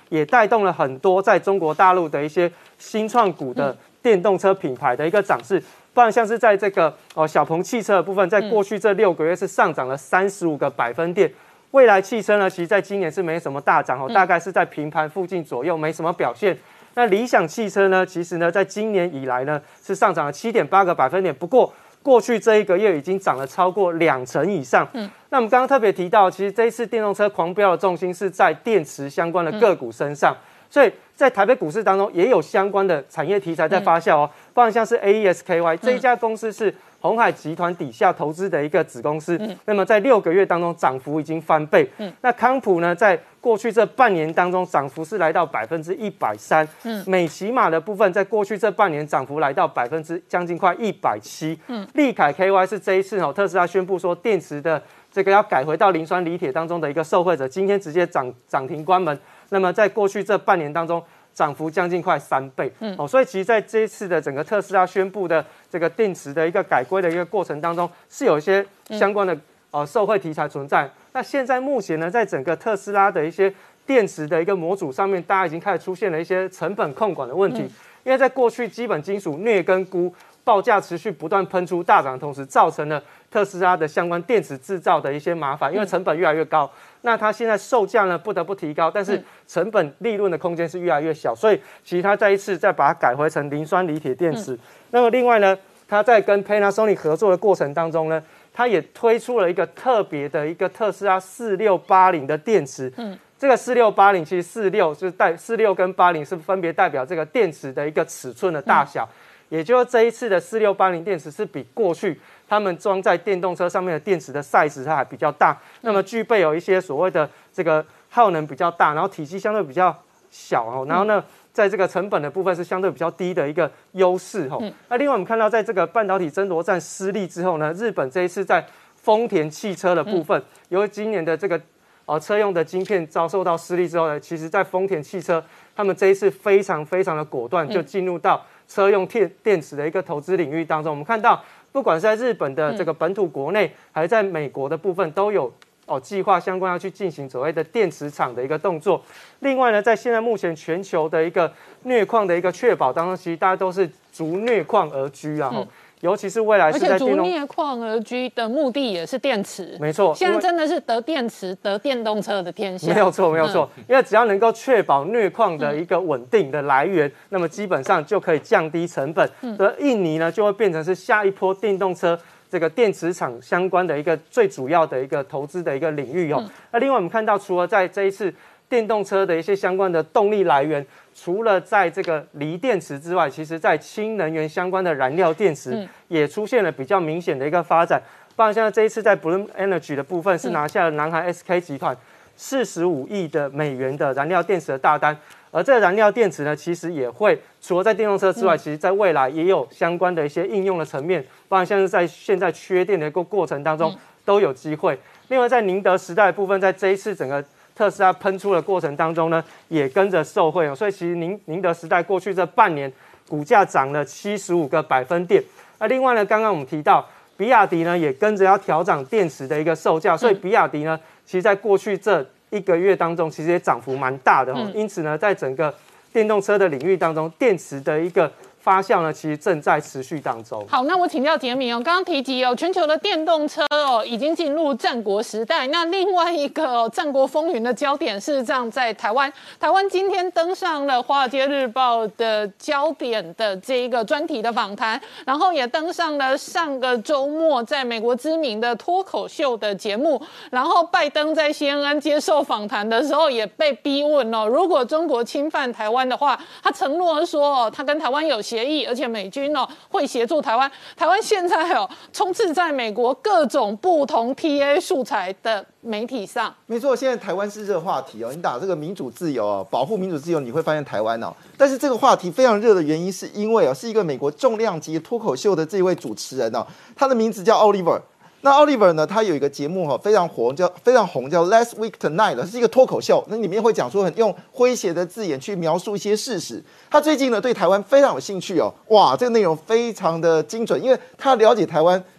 也带动了很多在中国大陆的一些新创股的电动车品牌的一个涨势。不然像是在这个哦小鹏汽车的部分，在过去这六个月是上涨了三十五个百分点。蔚来汽车呢，其实在今年是没什么大涨哦，大概是在平盘附近左右，没什么表现。那理想汽车呢，其实呢，在今年以来呢，是上涨了七点八个百分点。不过过去这一个月已经涨了超过两成以上。嗯，那我们刚刚特别提到，其实这一次电动车狂飙的重心是在电池相关的个股身上，嗯、所以在台北股市当中也有相关的产业题材在发酵哦，嗯、包含像是 A E S K Y 这一家公司是鸿海集团底下投资的一个子公司，嗯、那么在六个月当中涨幅已经翻倍。嗯，那康普呢，在过去这半年当中涨幅是来到百分之一百三。嗯，美骑马的部分在过去这半年涨幅来到百分之将近快一百七。嗯，利凯 K Y 是这一次哦，特斯拉宣布说电池的这个要改回到磷酸锂铁当中的一个受惠者，今天直接涨涨停关门。那么在过去这半年当中，涨幅将近快三倍。嗯，哦，所以其实在这一次的整个特斯拉宣布的这个电池的一个改规的一个过程当中，是有一些相关的呃受惠题材存在。那现在目前呢，在整个特斯拉的一些电池的一个模组上面，大家已经开始出现了一些成本控管的问题。嗯、因为在过去基本金属镍跟钴报价持续不断喷出大涨的同时，造成了特斯拉的相关电池制造的一些麻烦，因为成本越来越高。那它现在售价呢不得不提高，但是成本利润的空间是越来越小，所以其实它再一次再把它改回成磷酸锂铁电池。嗯、那么另外呢，它在跟 Panasonic 合作的过程当中呢，它也推出了一个特别的一个特斯拉四六八零的电池。嗯，这个四六八零其实四六就是代四六跟八零是分别代表这个电池的一个尺寸的大小。嗯，也就是这一次的四六八零电池是比过去他们装在电动车上面的电池的 size 它还比较大，那么具备有一些所谓的这个耗能比较大，然后体积相对比较小哦，然后呢，在这个成本的部分是相对比较低的一个优势哦。那另外我们看到，在这个半导体争夺战失利之后呢，日本这一次在丰田汽车的部分，由于今年的这个呃车用的晶片遭受到失利之后呢，其实在丰田汽车他们这一次非常非常的果断，就进入到车用电电池的一个投资领域当中。我们看到，不管是在日本的这个本土国内，还是在美国的部分，都有哦计划相关要去进行所谓的电池厂的一个动作。另外呢，在现在目前全球的一个镍矿的一个确保当中，其实大家都是逐镍矿而居啊。嗯，尤其是未来是在而且逐镍矿而居的目的也是电池， 没错。 现在真的是得电池、得电动车的天下， 没有错，没有错。嗯、因为只要能够确保镍矿的一个稳定的来源，嗯、那么基本上就可以降低成本。嗯，而印尼呢，就会变成是下一波电动车这个电池厂相关的一个最主要的一个投资的一个领域哦。嗯、那另外我们看到，除了在这一次电动车的一些相关的动力来源，除了在这个锂电池之外，其实在氢能源相关的燃料电池也出现了比较明显的一个发展。包括现在这一次在 Bloom Energy 的部分是拿下了南韩 S K 集团四十五亿的美元的燃料电池的大单。而这个燃料电池呢，其实也会除了在电动车之外，其实在未来也有相关的一些应用的层面，包含像是在现在缺电的一个过程当中都有机会。另外在宁德时代的部分，在这一次整个特斯拉喷出的过程当中呢，也跟着受惠哦，所以其实宁宁德时代过去这半年股价涨了七十五个百分点。那另外呢，刚刚我们提到比亚迪呢也跟着要调涨电池的一个售价，所以比亚迪呢，其实在过去这一个月当中，其实也涨幅蛮大的哦。因此呢，在整个电动车的领域当中，电池的一个发酵呢，其实正在持续当中。 好，那我请教杰明哦，刚刚提及哦，全球的电动车哦已经进入战国时代。那另外一个哦，战国风云的焦点事实上在台湾。台湾今天登上了《华尔街日报》的焦点的这一个专题的访谈，然后也登上了上个周末在美国知名的脱口秀的节目。然后拜登在 C N N 接受访谈的时候也被逼问哦，如果中国侵犯台湾的话，他承诺说哦，他跟台湾有协议，而且美军哦会协助台湾。台湾现在哦充斥在美国各种不同 T A 素材的媒体上。 没错，现在台湾是热话题哦。你打这个民主自由哦，保护民主自由，你会发现台湾哦。但是这个话题非常热的原因，是因为哦是一个美国重量级脱口秀的这位主持人哦，他的名字叫 Oliver。那 Oliver 呢，他有一个节目哈，非常火，叫非常红，叫 Last Week Tonight， 是一个脱口秀。那里面会讲说很用诙谐的字眼去描述一些事实。他最近呢对台湾非常有兴趣哦，哇，这个内容非常的精准，因为他了解台湾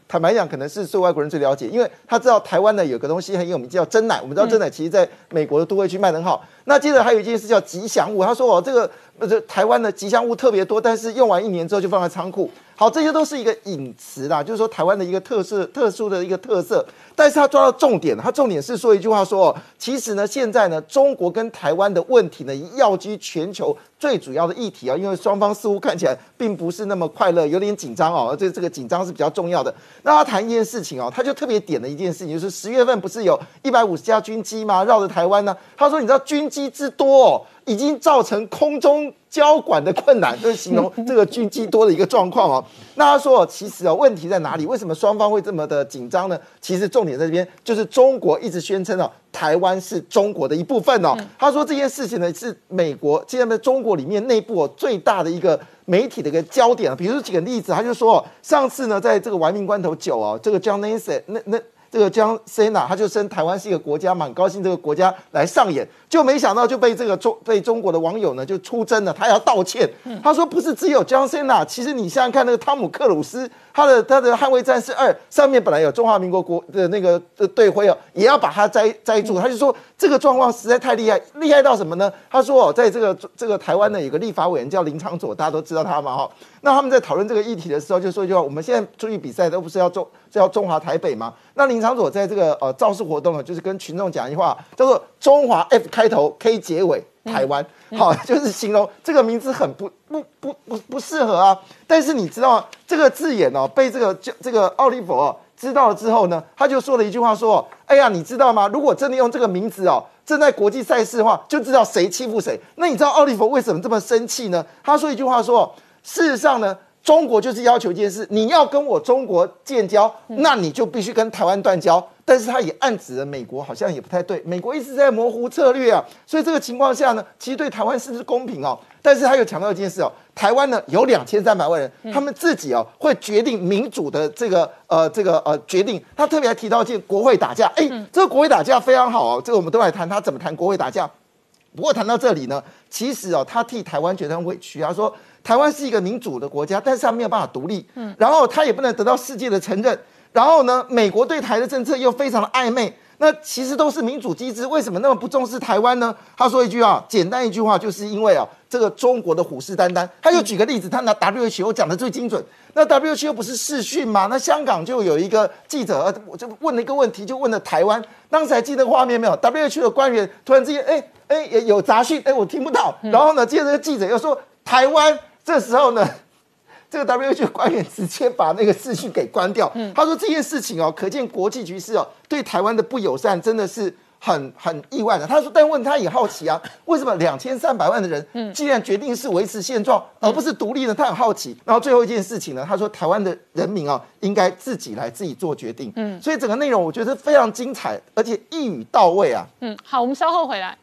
坦白讲，可能是所有外国人最了解，因为他知道台湾呢有个东西很有名，叫珍奶。我们知道珍奶其实在美国的都会区卖得很好。那接着还有一件事叫吉祥物，他说哦，这个这台湾的吉祥物特别多，但是用完一年之后就放在仓库。好，这些都是一个隐词啦，就是说台湾的一个特色、特殊的一个特色。但是他抓到重点，他重点是说一句话说，哦，其实呢，现在呢，中国跟台湾的问题呢，要居全球最主要的议题啊，因为双方似乎看起来并不是那么快乐，有点紧张哦。这这个紧张是比较重要的。那他谈一件事情哦，他就特别点了一件事情，就是十月份不是有一百五十架军机吗？绕着台湾呢？他说，你知道军机之多哦，已经造成空中交管的困难，就是形容这个军机多的一个状况哦。那他说，其实哦，问题在哪里？为什么双方会这么的紧张呢？其实重点在这边，就是中国一直宣称哦，台湾是中国的一部分哦。他说这件事情呢，是美国现在在中国里面内部哦最大的一个媒体的一个焦点。比如说几个例子，他就说哦，上次呢，在这个玩命关头九哦，这个 John Nancy 那那。这个江 Sena 他就称台湾是一个国家嘛，很高兴这个国家来上演，就没想到就被这个中被中国的网友呢就出征了，他要道歉。他说不是只有江 Sena， 其实你想想看那个汤姆克鲁斯，他的他的捍卫战士二上面本来有中华民国国的那个队徽哦，也要把它摘摘住。他就说这个状况实在太厉害，厉害到什么呢？他说哦，在这个这个台湾呢有个立法委员叫林昶佐，大家都知道他嘛哈。那他们在讨论这个议题的时候，就说一句话：我们现在出去比赛都不是要中是要中华台北吗？那林昶佐在这个呃造势活动呢，就是跟群众讲一句话，叫做中华 F 开头 K 结尾台湾，好、嗯，就是形容这个名字很不不不不不适合啊。但是你知道这个字眼哦，被这个这个奥利弗哦知道了之后呢，他就说了一句话说：哎呀，你知道吗？如果真的用这个名字哦。正在国际赛事的话，就知道谁欺负谁。那你知道奥利弗为什么这么生气呢？他说一句话说：事实上呢，中国就是要求一件事，你要跟我中国建交，那你就必须跟台湾断交。但是他也暗指了美国好像也不太对，美国一直在模糊策略啊。所以这个情况下呢，其实对台湾是不是公平哦？但是他又强调一件事哦，台湾呢有两千三百万人，他们自己哦会决定民主的这个呃这个呃决定。他特别还提到一件国会打架，哎，这个国会打架非常好哦，这个我们都来谈他怎么谈国会打架。不过谈到这里呢，其实哦他替台湾觉得很委屈，他说台湾是一个民主的国家，但是他没有办法独立，嗯，然后他也不能得到世界的承认。然后呢，美国对台的政策又非常的暧昧，那其实都是民主机制，为什么那么不重视台湾呢？他说一句啊，简单一句话，就是因为啊，这个中国的虎视眈眈。他又举个例子，他拿 W H O 讲的最精准。那 W H O 不是视讯吗？那香港就有一个记者，我就问了一个问题，就问了台湾。当时还记得画面没有 ？W H O 的官员突然之间，哎哎，有杂讯，哎，我听不到。然后呢，接着这个记者又说台湾，这时候呢。这个 W H O 官员直接把那个视讯给关掉。嗯、他说这件事情哦，可见国际局势哦对台湾的不友善真的是很很意外的。他说，但问他也好奇啊，为什么两千三百万的人，既然决定是维持现状，而不是独立呢？他很好奇。然后最后一件事情呢，他说台湾的人民啊，应该自己来自己做决定。嗯，所以整个内容我觉得非常精彩，而且一语到位啊。 嗯，好，我们稍后回来。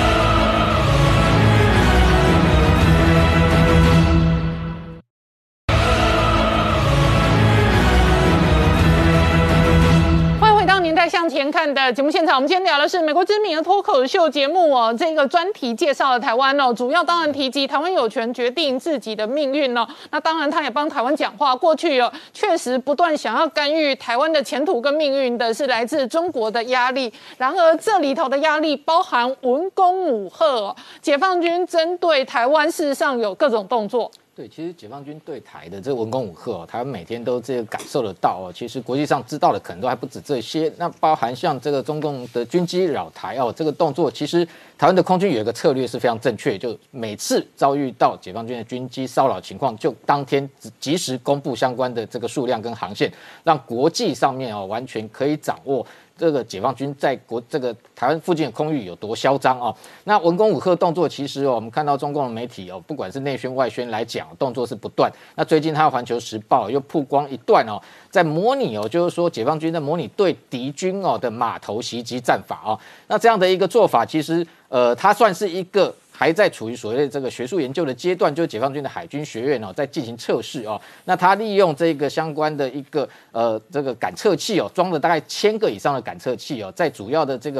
年代向前看的节目现场，我们今天聊的是美国知名的脱口秀节目哦。这个专题介绍了台湾哦，主要当然提及台湾有权决定自己的命运哦。那当然，他也帮台湾讲话。过去哦，确实不断想要干预台湾的前途跟命运的是来自中国的压力。然而，这里头的压力包含文攻武吓哦，解放军针对台湾事实上有各种动作。 对，其实解放军对台的这个文攻武吓哦，台湾每天都这个感受得到哦。其实国际上知道的可能都还不止这些，那包含像这个中共的军机扰台哦，这个动作，其实台湾的空军有一个策略是非常正确，就每次遭遇到解放军的军机骚扰情况，就当天及时公布相关的这个数量跟航线，让国际上面哦完全可以掌握。这个解放军在国这个台湾附近的空域有多嚣张哦？那文攻武吓动作，其实哦，我们看到中共的媒体哦，不管是内宣外宣来讲，动作是不断。那最近他的《环球时报》又曝光一段哦，在模拟哦，就是说解放军在模拟对敌军哦的码头袭击战法哦。那这样的一个做法，其实呃，它算是一个。还在处于所谓的这个学术研究的阶段，就是解放军的海军学院哦，在进行测试哦。那他利用这个相关的一个呃这个感测器哦，装了大概千个以上的感测器哦，在主要的这个马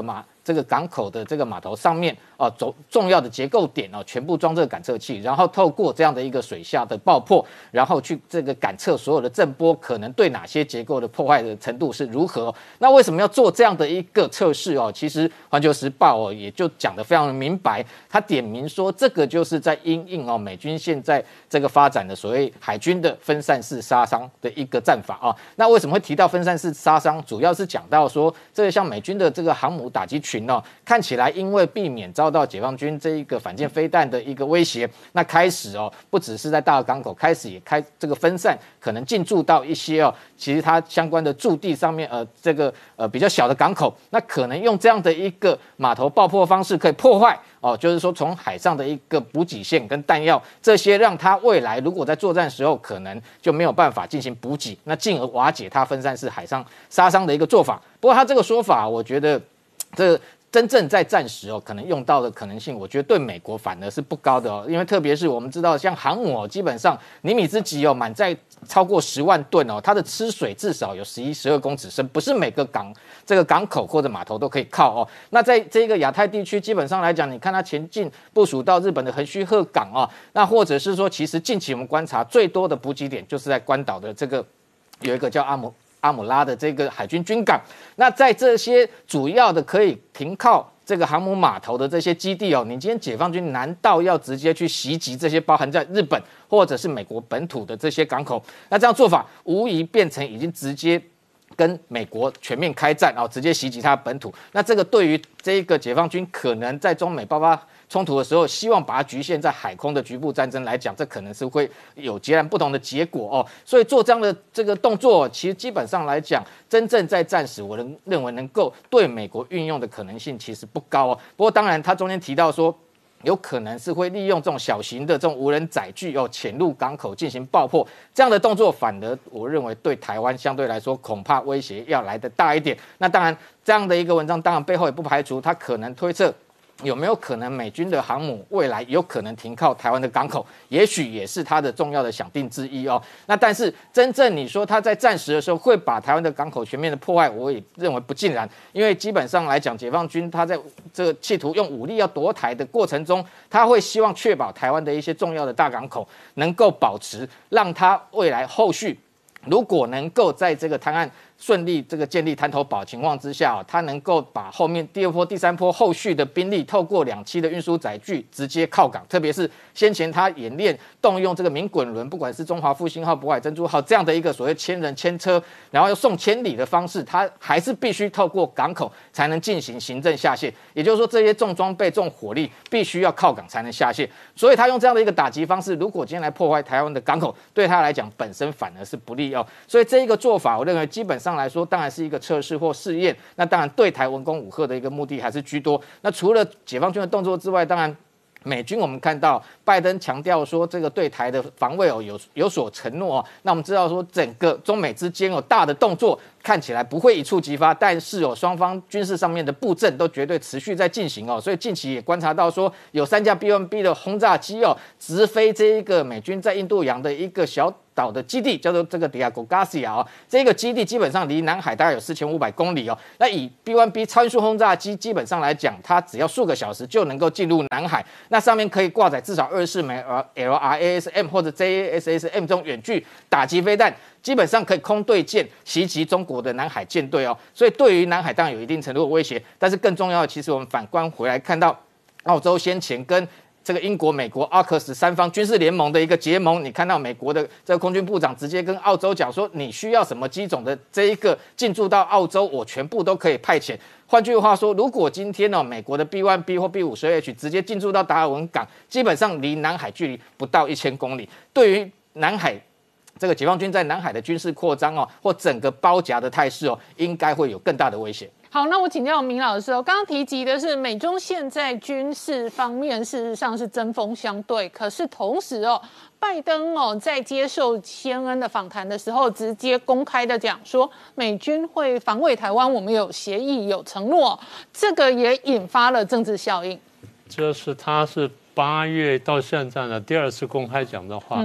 这个港口的这个码头上面啊，重重要的结构点哦，全部装这个感测器，然后透过这样的一个水下的爆破，然后去这个感测所有的震波可能对哪些结构的破坏的程度是如何。那为什么要做这样的一个测试哦？其实《环球时报》哦也就讲得非常的明白，他点名说这个就是在因应哦美军现在这个发展的所谓海军的分散式杀伤的一个战法啊。那为什么会提到分散式杀伤？主要是讲到说，这个像美军的这个航母打击群哦，看起来因为避免遭到解放军这一个反舰飞弹的一个威胁，那开始哦，不只是在大港口，开始也开这个分散，可能进驻到一些哦，其实它相关的驻地上面，呃，这个呃比较小的港口，那可能用这样的一个码头爆破方式可以破坏哦，就是说从海上的一个补给线跟弹药这些，让它未来如果在作战时候可能就没有办法进行补给，那进而瓦解它分散式海上杀伤的一个做法。不过他这个说法，我觉得这真正在战时哦，可能用到的可能性，我觉得对美国反而是不高的哦，因为特别是我们知道，像航母哦，基本上尼米兹级哦，满载超过十万吨哦，它的吃水至少有十一、十二公尺深，不是每个港这个港口或者码头都可以靠哦。那在这个亚太地区，基本上来讲，你看它前进部署到日本的横须贺港哦，那或者是说，其实近期我们观察最多的补给点就是在关岛的这个有一个叫阿姆。阿姆拉的这个海军军港，那在这些主要的可以停靠这个航母码头的这些基地哦，你今天解放军难道要直接去袭击这些包含在日本或者是美国本土的这些港口？那这样做法无疑变成已经直接跟美国全面开战哦，直接袭击它的本土。那这个对于这个解放军可能在中美爆发冲突的时候，希望把它局限在海空的局部战争来讲，这可能是会有截然不同的结果哦。所以做这样的这个动作，其实基本上来讲，真正在战时，我能认为能够对美国运用的可能性其实不高哦。不过当然，他中间提到说，有可能是会利用这种小型的这种无人载具哦，潜入港口进行爆破，这样的动作反而我认为对台湾相对来说恐怕威胁要来得大一点。那当然，这样的一个文章，当然背后也不排除他可能推测。有没有可能美军的航母未来有可能停靠台湾的港口？也许也是它的重要的想定之一哦。那但是真正你说他在战时的时候会把台湾的港口全面的破坏，我也认为不尽然，因为基本上来讲，解放军他在这个企图用武力要夺台的过程中，他会希望确保台湾的一些重要的大港口能够保持，让他未来后续如果能够在这个滩岸顺利这个建立滩头堡情况之下，它能够把后面第二波、第三波后续的兵力透过两栖的运输载具直接靠港，特别是先前他演练动用这个民滚轮，不管是中华复兴号、渤海珍珠号这样的一个所谓千人牵车，然后又送千里的方式，它还是必须透过港口才能进行行政下线。也就是说，这些重装备、重火力必须要靠港才能下线。所以他用这样的一个打击方式，如果今天来破坏台湾的港口，对他来讲本身反而是不利哦。所以这一个做法，我认为基本上来说，当然是一个测试或试验。那当然对台文攻武吓的一个目的还是居多。那除了解放军的动作之外，当然美军我们看到拜登强调说这个对台的防卫哦有有所承诺哦。那我们知道说整个中美之间有大的动作看起来不会一触即发，但是哦双方军事上面的布阵都绝对持续在进行哦。所以近期也观察到说有三架 B 一 B 的轰炸机哦直飞这一个美军在印度洋的一个小岛的基地，叫做这个 Diego Garcia 哦，这个基地基本上离南海大概有四千五百公里哦。那以 B 一 B 超音速轰炸机基本上来讲，它只要数个小时就能够进入南海，那上面可以挂载至少二十四枚 L R A S M 或者 J A S S M 这种远距打击飞弹，基本上可以空对舰袭击中国的南海舰队哦。所以对于南海当然有一定程度的威胁，但是更重要的，其实我们反观回来看到，澳洲先前跟这个英国、美国、奥克斯三方军事联盟的一个结盟，你看到美国的这个空军部长直接跟澳洲讲说，你需要什么机种的这一个进驻到澳洲，我全部都可以派遣。换句话说，如果今天呢、哦，美国的 B 一 B 或 B 五十二 H 直接进驻到达尔文港，基本上离南海距离不到一千公里，对于南海这个解放军在南海的军事扩张哦，或整个包夹的态势哦，应该会有更大的威胁。 好，那我请教明老师哦，刚刚提及的是美中现在军事方面事实上是针锋相对，可是同时哦，拜登哦在接受谢恩的访谈的时候，直接公开的讲说美军会防卫台湾，我们有协议有承诺，这个也引发了政治效应。 这是他是八月到现在的第二次公开讲的话。嗯，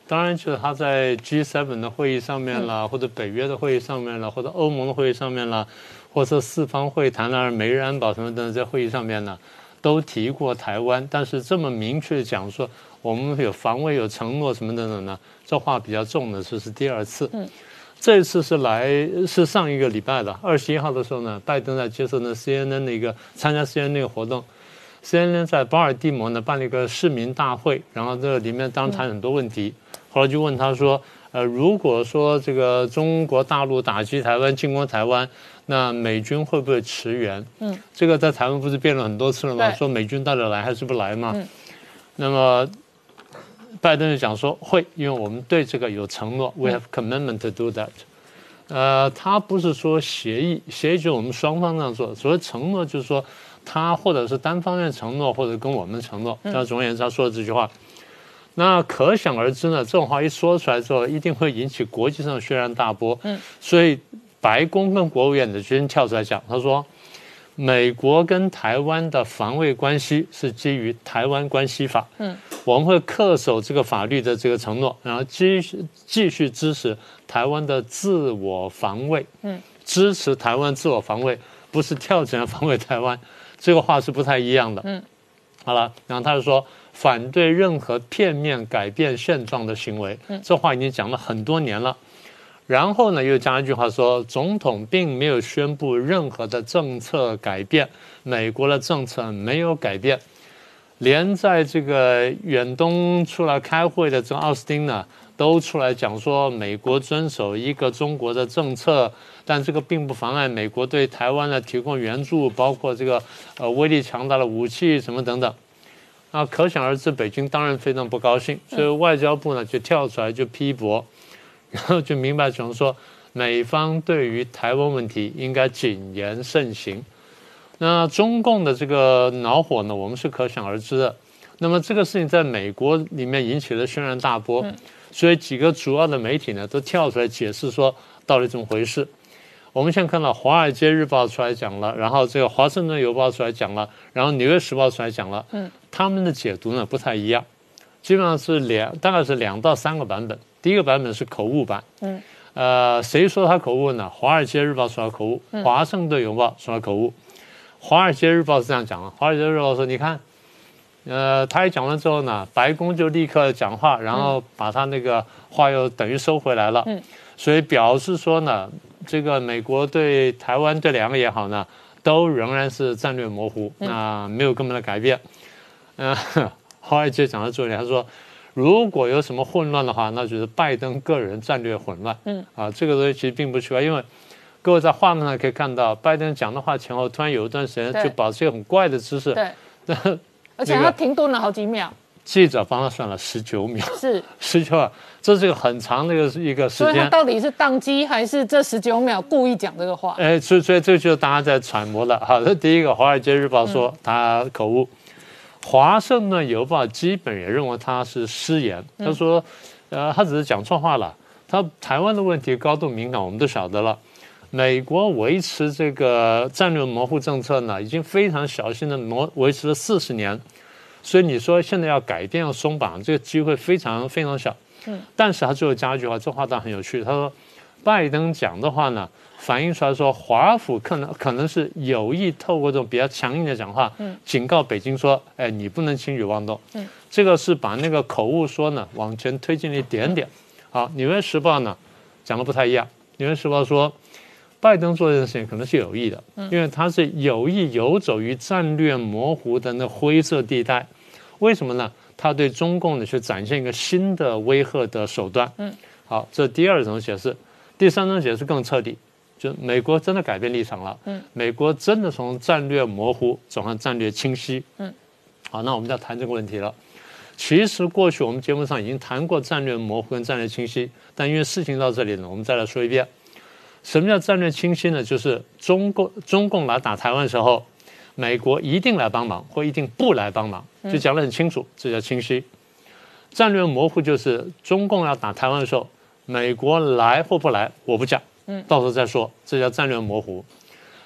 当然就是他在 G 七 的会议上面啦，或者北约的会议上面啦，或者欧盟的会议上面啦，或者四方会谈啦、美日安保什么等在会议上面呢，都提过台湾，但是这么明确地讲说我们有防卫、有承诺什么等等呢，这话比较重的，这是第二次。嗯，这一次是来是上一个礼拜的二十一号的时候呢，拜登在接受那 C N N 的一个参加 C N N 那个活动。C N N 在保尔蒂摩呢办了一个市民大会，然后这里面当然谈很多问题。后来就问他说，呃，如果说这个中国大陆打击台湾、进攻台湾，那美军会不会驰援？嗯，这个在台湾不是辩论很多次了吗？说美军到底来还是不来嘛？嗯，那么拜登就讲说会，因为我们对这个有承诺 ，We have commitment to do that。呃，他不是说协议，协议就是我们双方这样做，所谓承诺就是说他或者是单方面承诺，或者跟我们承诺。但总而言之，他说的这句话。那可想而知呢，这种话一说出来之后，一定会引起国际上轩然大波。嗯，所以白宫跟国务院的决定跳出来讲，他说，美国跟台湾的防卫关系是基于台湾关系法。嗯，我们会恪守这个法律的这个承诺，然后继续继续支持台湾的自我防卫。嗯，支持台湾自我防卫，不是跳起来防卫台湾，这个话是不太一样的。嗯，好了，然后他就说。反对任何片面改变现状的行为，这话已经讲了很多年了。然后呢，又加一句话说，总统并没有宣布任何的政策改变，美国的政策没有改变。连在这个远东出来开会的这个奥斯汀呢，都出来讲说，美国遵守一个中国的政策，但这个并不妨碍美国对台湾呢提供援助，包括这个呃威力强大的武器什么等等。啊，可想而知，北京当然非常不高兴，所以外交部呢就跳出来就批驳，然后就明白讲说，美方对于台湾问题应该谨言慎行。那中共的这个恼火呢，我们是可想而知的。那么这个事情在美国里面引起了轩然大波，所以几个主要的媒体呢都跳出来解释说到底怎么回事。我们现在看到《华尔街日报》出来讲了，然后这个《华盛顿邮报》出来讲了，然后《纽约时报》出来讲了，嗯，他们的解读呢不太一样，基本上是两，大概是两到三个版本。第一个版本是口误版，嗯，呃，谁说他口误呢？《华尔街日报》说他口误，《华盛顿邮报》说他口误。《华尔街日报》是这样讲的，《华尔街日报》说，你看，呃，他一讲完之后呢，白宫就立刻讲话，然后把他那个话又等于收回来了，嗯，所以表示说呢。这个美国对台湾对两个也好呢，都仍然是战略模糊，那没有根本的改变。嗯、呃，华尔街讲到这里，他说，如果有什么混乱的话，那就是拜登个人战略混乱。嗯，啊，这个东西其实并不奇怪，因为各位在画面上可以看到，拜登讲的话前后突然有一段时间就保持一个很怪的姿势。 对，而且他停顿了好几秒。 记者帮他算了十九秒， 是十九秒，这是一个很长的一个一个时间。 所以他到底是宕机还是这十九秒故意讲这个话？ 哎，所以所以这就是大家在揣摩了。好，这第一个，《华尔街日报》说、嗯、他口误，《华盛顿邮报》基本也认为他是失言。他说，嗯、呃，他只是讲错话了。他台湾的问题高度敏感，我们都晓得了。美国维持这个战略模糊政策呢，已经非常小心的模维持了四十年。所以你说现在要改变要松绑，这个机会非常非常小。嗯，但是他最后加一句话，这话倒很有趣。他说，拜登讲的话呢，反映出来说华府可能可能是有意透过这种比较强硬的讲话，嗯，警告北京说，哎，你不能轻举妄动。嗯，这个是把那个口误说呢往前推进了一点点。好，《纽约时报》呢讲的不太一样，《纽约时报》说，拜登做这件事情可能是有意的，因为他是有意游走于战略模糊的那灰色地带。为什么呢？他对中共呢去展现一个新的威吓的手段。嗯，好，这第二种解释。第三种解释更彻底，就美国真的改变立场了。嗯，美国真的从战略模糊走向战略清晰。嗯，好，那我们就要谈这个问题了。其实过去我们节目上已经谈过战略模糊跟战略清晰，但因为事情到这里呢，我们再来说一遍。什么叫战略清晰呢？就是中共中共来打台湾的时候，美国一定来帮忙，或一定不来帮忙，就讲得很清楚，这叫清晰。战略模糊就是中共要打台湾的时候，美国来或不来我不讲，到时候再说，这叫战略模糊。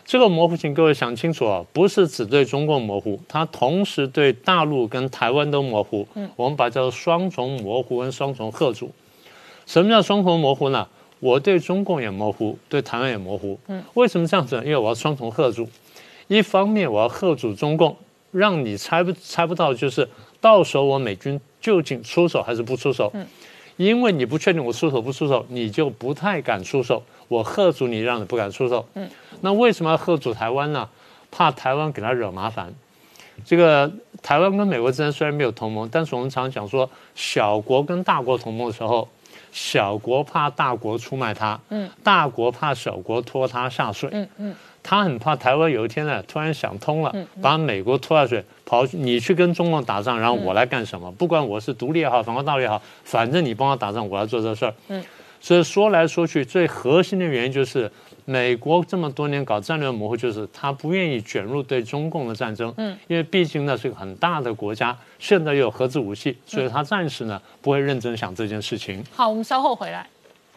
这个模糊性各位想清楚啊，不是只对中共模糊，它同时对大陆跟台湾都模糊。嗯，我们把它叫做双重模糊跟双重吓阻。什么叫双重模糊呢？我对中共也模糊，对台湾也模糊。嗯，为什么这样子呢？因为我要双重吓阻，一方面我要吓阻中共，让你猜不猜不到，就是到时候我美军究竟出手还是不出手。嗯，因为你不确定我出手不出手，你就不太敢出手。我吓阻你，让你不敢出手。嗯，那为什么要吓阻台湾呢？怕台湾给他惹麻烦。这个台湾跟美国之间虽然没有同盟，但是我们常讲说，小国跟大国同盟的时候，小国怕大国出卖他，嗯，大国怕小国拖他下水，嗯嗯，他很怕台湾有一天呢突然想通了，嗯嗯、把美国拖下水，跑你去跟中共打仗，然后我来干什么？嗯、不管我是独立也好，反攻大陆也好，反正你帮我打仗，我来做这事儿，嗯。所以说来说去，最核心的原因就是美国这么多年搞战略模糊，就是他不愿意卷入对中共的战争，嗯，因为毕竟呢是个很大的国家，现在又有核子武器，所以他暂时呢不会认真想这件事情。 好，我们稍后回来。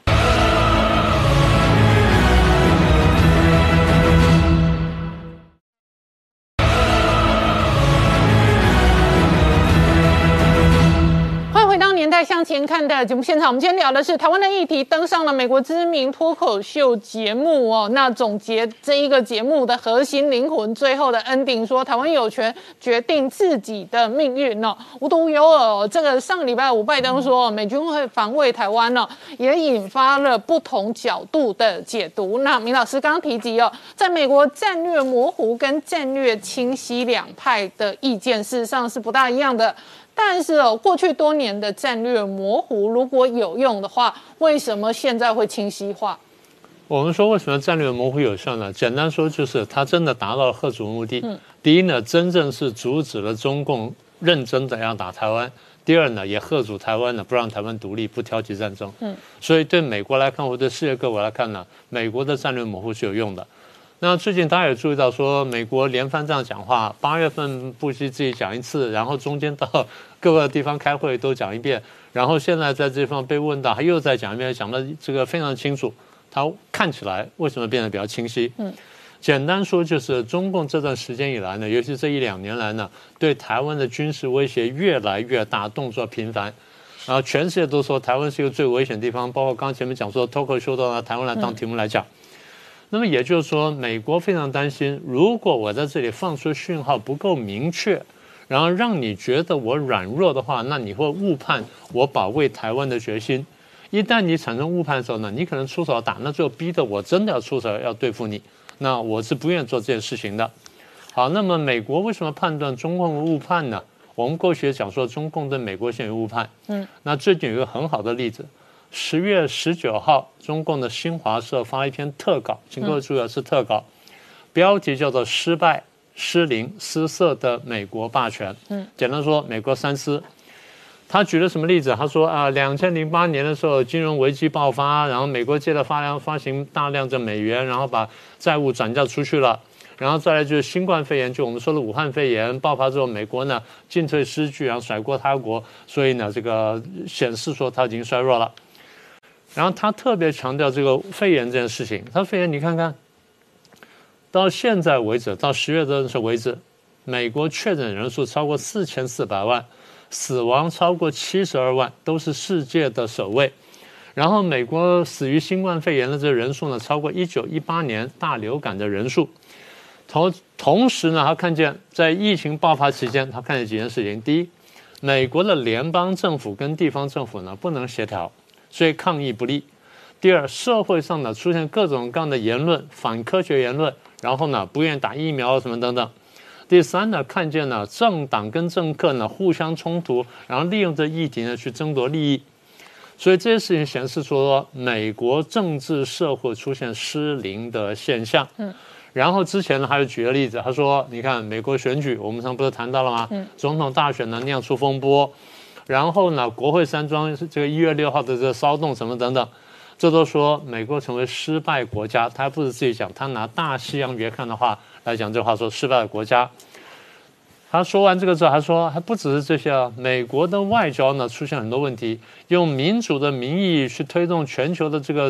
年代向前看的节目现场，我们今天聊的是台湾的议题，登上了美国知名脱口秀节目哦。那总结这一个节目的核心灵魂，最后的 ending 说，台湾有权决定自己的命运哦，无独有偶、哦，这个上个礼拜五拜登说美军会防卫台湾哦，也引发了不同角度的解读。那明老师刚刚提及哦，在美国战略模糊跟战略清晰两派的意见，事实上是不大一样的。但是哦，过去多年的战略模糊，如果有用的话，为什么现在会清晰化？ 我们说为什么战略模糊有效呢？简单说就是它真的达到了吓阻目的。嗯、第一呢，真正是阻止了中共认真的要打台湾；第二呢，也吓阻台湾呢，不让台湾独立，不挑起战争。嗯，所以对美国来看，或者世界各国来看呢，美国的战略模糊是有用的。那最近大家也注意到说，美国连番这样讲话，八月份布希自己讲一次，然后中间到各个地方开会都讲一遍，然后现在在这地方被问到，他又再讲一遍，讲的这个非常清楚。他看起来为什么变得比较清晰？嗯，简单说就是中共这段时间以来呢，尤其这一两年来呢，对台湾的军事威胁越来越大，动作频繁。然后全世界都说台湾是一个最危险的地方，包括刚刚前面讲说脱口秀都拿台湾来当题目来讲。嗯，那么也就是说，美国非常担心，如果我在这里放出讯号不够明确，然后让你觉得我软弱的话，那你会误判我保卫台湾的决心。一旦你产生误判的时候呢，你可能出手打，那就逼得我真的要出手要对付你，那我是不愿意做这件事情的。好，那么美国为什么判断中共的误判呢？我们过去也讲说，中共对美国现有误判。嗯，那最近有一个很好的例子。十月十九号，中共的新华社发一篇特稿，请各位注意，是特稿，标题叫做“失败、失灵、失色的美国霸权”。嗯，简单说，美国三失。他举了什么例子？他说啊，两千零八年的时候，金融危机爆发，然后美国借了发量发行大量的美元，然后把债务转嫁出去了。然后再来就是新冠肺炎，就我们说的武汉肺炎爆发之后，美国呢进退失据，然后甩锅他国，所以呢这个显示说它已经衰弱了。然后他特别强调这个肺炎这件事情，他肺炎你看看，到现在为止，到十月的时候为止，美国确诊人数超过四千四百万，死亡超过七十二万，都是世界的首位。然后美国死于新冠肺炎的这个人数呢，超过一九一八年大流感的人数。同同时呢，他看见在疫情爆发期间，他看见几件事情：第一，美国的联邦政府跟地方政府呢不能协调，所以抗疫不利；第二，社会上呢出现各种各样的言论，反科学言论，然后呢不愿意打疫苗什么等等；第三呢，看见呢政党跟政客呢互相冲突，然后利用这议题呢去争夺利益。所以这些事情显示说，美国政治社会出现失灵的现象。嗯。然后之前呢，他就举个例子，他说：“你看美国选举，我们上不是谈到了吗？嗯，总统大选呢酿出风波，然后呢，国会山庄这个一月六号的这个骚动什么等等，这都说美国成为失败国家。他不是自己讲，他拿大西洋月刊的话来讲这话，说失败的国家。他说完这个之后，他说还不只是这些啊，美国的外交呢出现很多问题，用民主的名义去推动全球的这个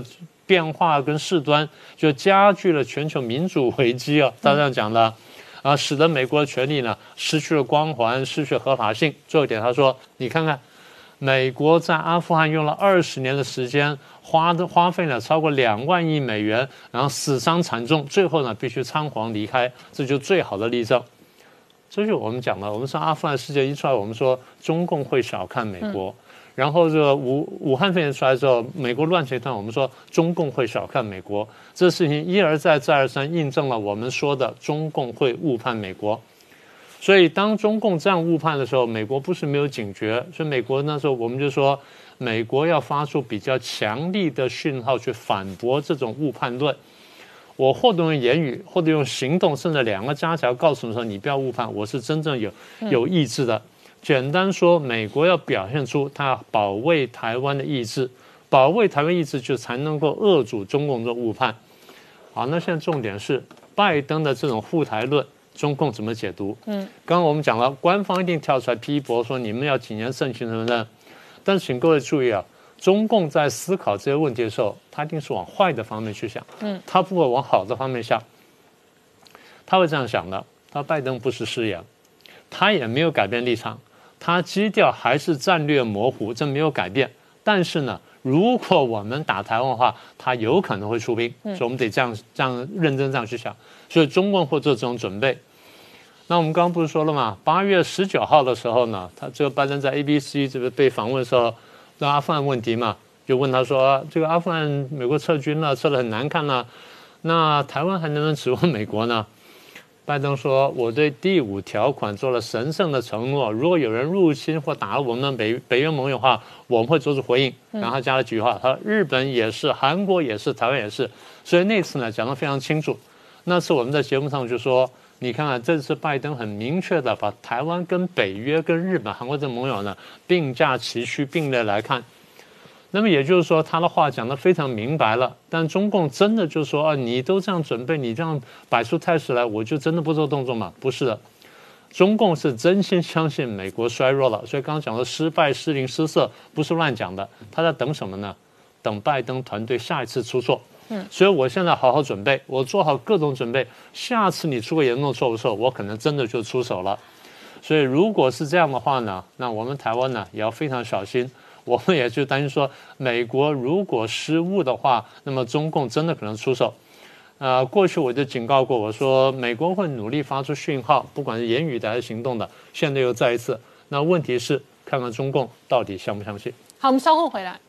变化跟事端，就加剧了全球民主危机啊。他这样讲的。啊，使得美国的权力呢失去了光环，失去了合法性。最后一点，他说：“你看看，美国在阿富汗用了二十年的时间，花的花费了超过两万亿美元，然后死伤惨重，最后呢必须仓皇离开，这就是最好的例证。这就是我们讲的，我们说阿富汗事件一出来，我们说中共会小看美国。嗯然后这个武武汉肺炎出来之后，美国乱成一团，我们说中共会小看美国，这事情一而再再而三印证了我们说的中共会误判美国。所以当中共这样误判的时候，美国不是没有警觉，所以美国那时候我们就说，美国要发出比较强力的讯号去反驳这种误判论。我或者用言语，或者用行动，甚至两个加起来告诉你说，你不要误判，我是真正有有意志的。简单说，美国要表现出它保卫台湾的意志，保卫台湾意志就才能够遏阻中共的误判。好，那现在重点是拜登的这种护台论，中共怎么解读？嗯，刚刚我们讲了，官方一定跳出来批驳说你们要谨言慎行什么的，但是请各位注意啊，中共在思考这些问题的时候，他一定是往坏的方面去想，嗯，他不会往好的方面想，他会这样想的。他拜登不是失言，他也没有改变立场。他基调还是战略模糊，这没有改变。但是呢，如果我们打台湾的话，他有可能会出兵，所以我们得这样这样认真这样去想。所以中共会做这种准备。那我们刚刚不是说了吗？八月十九号的时候呢，他这个拜登在 A B C 这个被访问的时候，对阿富汗问题嘛，就问他说，这个阿富汗美国撤军了，撤得很难看了，那台湾还能不能指望美国呢？拜登说：“我对第五条款做了神圣的承诺，如果有人入侵或打了我们北北约盟友的话，我们会做出回应。”然后他加了几句话，他说：“日本也是，韩国也是，台湾也是。”所以那次呢讲得非常清楚。那次我们在节目上就说：“你看看，这次拜登很明确的把台湾跟北约、跟日本、韩国这盟友呢并驾齐驱、并列来看。”那么也就是说，他的话讲得非常明白了。但中共真的就说啊，你都这样准备，你这样摆出态势来，我就真的不做动作吗？不是的，中共是真心相信美国衰弱了。所以刚刚讲的失败、失灵、失色，不是乱讲的。他在等什么呢？等拜登团队下一次出错。嗯，所以我现在好好准备，我做好各种准备。下次你出个严重错误的时候，我可能真的就出手了。所以如果是这样的话呢，那我们台湾呢也要非常小心。我们也就担心说，美国如果失误的话，那么中共真的可能出手。呃，过去我就警告过，我说美国会努力发出讯号，不管是言语的还是行动的。现在又再一次，那问题是看看中共到底相不相信。 好，我们稍后回来。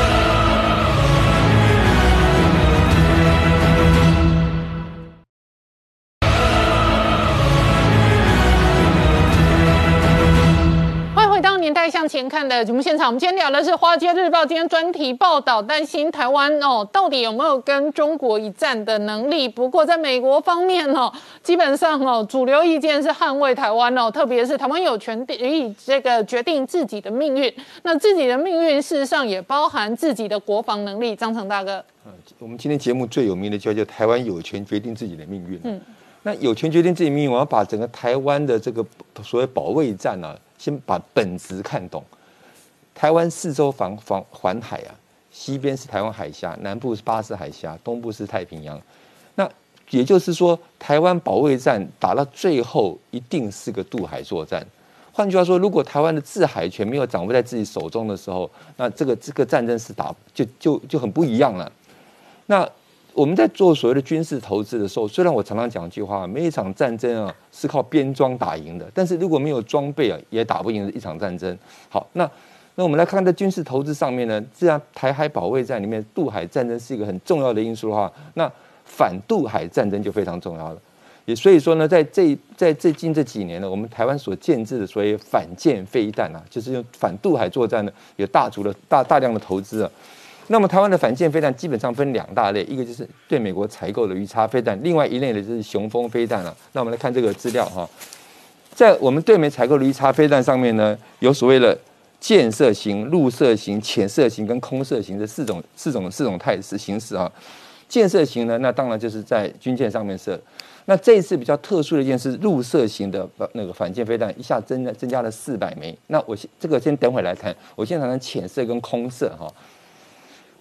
年代向前看的节目现场，我们今天聊的是《华尔街日报》今天专题报道，担心台湾哦到底有没有跟中国一战的能力。不过在美国方面哦，基本上哦主流意见是捍卫台湾哦，特别是台湾有权利这个决定自己的命运。那自己的命运事实上也包含自己的国防能力。张成大哥， 嗯，我们今天节目最有名的叫叫台湾有权决定自己的命运。嗯，那有权决定自己命运，我要把整个台湾的这个所谓保卫战啊。先把本质看懂，台湾四周防防环海啊，西边是台湾海峡，南部是巴士海峡，东部是太平洋。那也就是说，台湾保卫战打到最后一定是个渡海作战。换句话说，如果台湾的制海权没有掌握在自己手中的时候，那这个这个战争是打就就就很不一样了。那我们在做所谓的军事投资的时候，虽然我常常讲一句话，每一场战争啊是靠编装打赢的，但是如果没有装备啊，也打不赢一场战争。好，那那我们来看在军事投资上面呢，既然台海保卫战里面渡海战争是一个很重要的因素的话，那反渡海战争就非常重要了。也所以说呢，在这在最近这几年呢，我们台湾所建制的所谓反舰飞弹啊，就是用反渡海作战呢，有大足的大大量的投资啊。那么台湾的反舰飞弹基本上分两大类，一个就是对美国采购的鱼叉飞弹，另外一类的就是雄风飞弹了。那我们来看这个资料哈，在我们对美采购的鱼叉飞弹上面呢，有所谓的舰射型、陆射型、潜射型跟空射型这四种四种四种态势形式啊。舰射型呢，那当然就是在军舰上面射。那这一次比较特殊的一件是陆射型的那个反舰飞弹，一下增增加了四百枚。那我这个先等会来谈，我先谈谈潜射跟空射哈。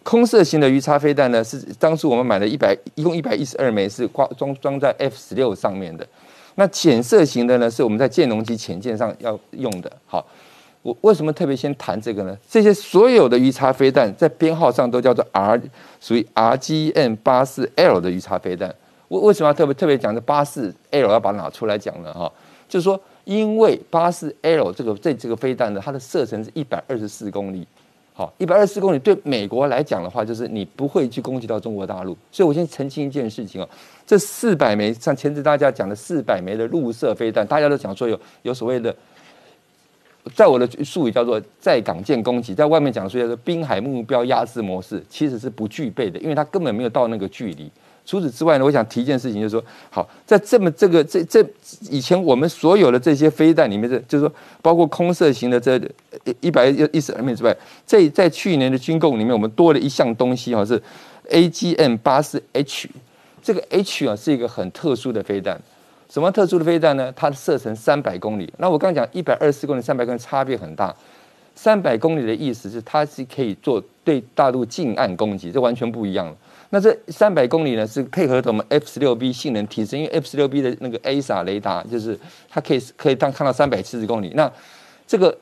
空射型的鱼叉飞弹呢，是当初我们买了一百，一共一百一十二枚，是挂装装在 F 十六上面的。那潜射型的呢，是我们在舰龙级潜舰上要用的。好，我为什么特别先谈这个呢？这些所有的鱼叉飞弹在编号上都叫做 R， 属于 R G M 八四 L 的鱼叉飞弹。为为什么要特别特别讲这八四 L 要把它拿出来讲呢？哈，就是说，因为八四 L 这个这这个飞弹呢，它的射程是一百二十四公里。好，一百二十四公里对美国来讲的话，就是你不会去攻击到中国大陆。所以我先澄清一件事情哦，这四百枚像前次大家讲的四百枚的陆射飞弹，大家都讲说有有所谓的，在我的术语叫做在港舰攻击，在外面讲说叫做滨海目标压制模式，其实是不具备的，因为它根本没有到那个距离。除此之外呢，我想提一件事情，就是说，好，在这么这个这这以前我们所有的这些飞弹里面，这就是说，包括空射型的这一百一十二枚之外，这在去年的军购里面，我们多了一项东西哈，是 A G M 八四 H， 这个 H 啊是一个很特殊的飞弹。什么特殊的飞弹呢？它的射程三百公里。那我刚刚讲一百二十四公里、三百公里差别很大。三百公里的意思是它是可以做对大陆近岸攻击，这完全不一样了。那这三百公里呢，是配合我们 F 十六 B 性能提升，因为 F 十六 B 的那个 A S A 雷达，就是它可以可以当看到三百七十公里。那这个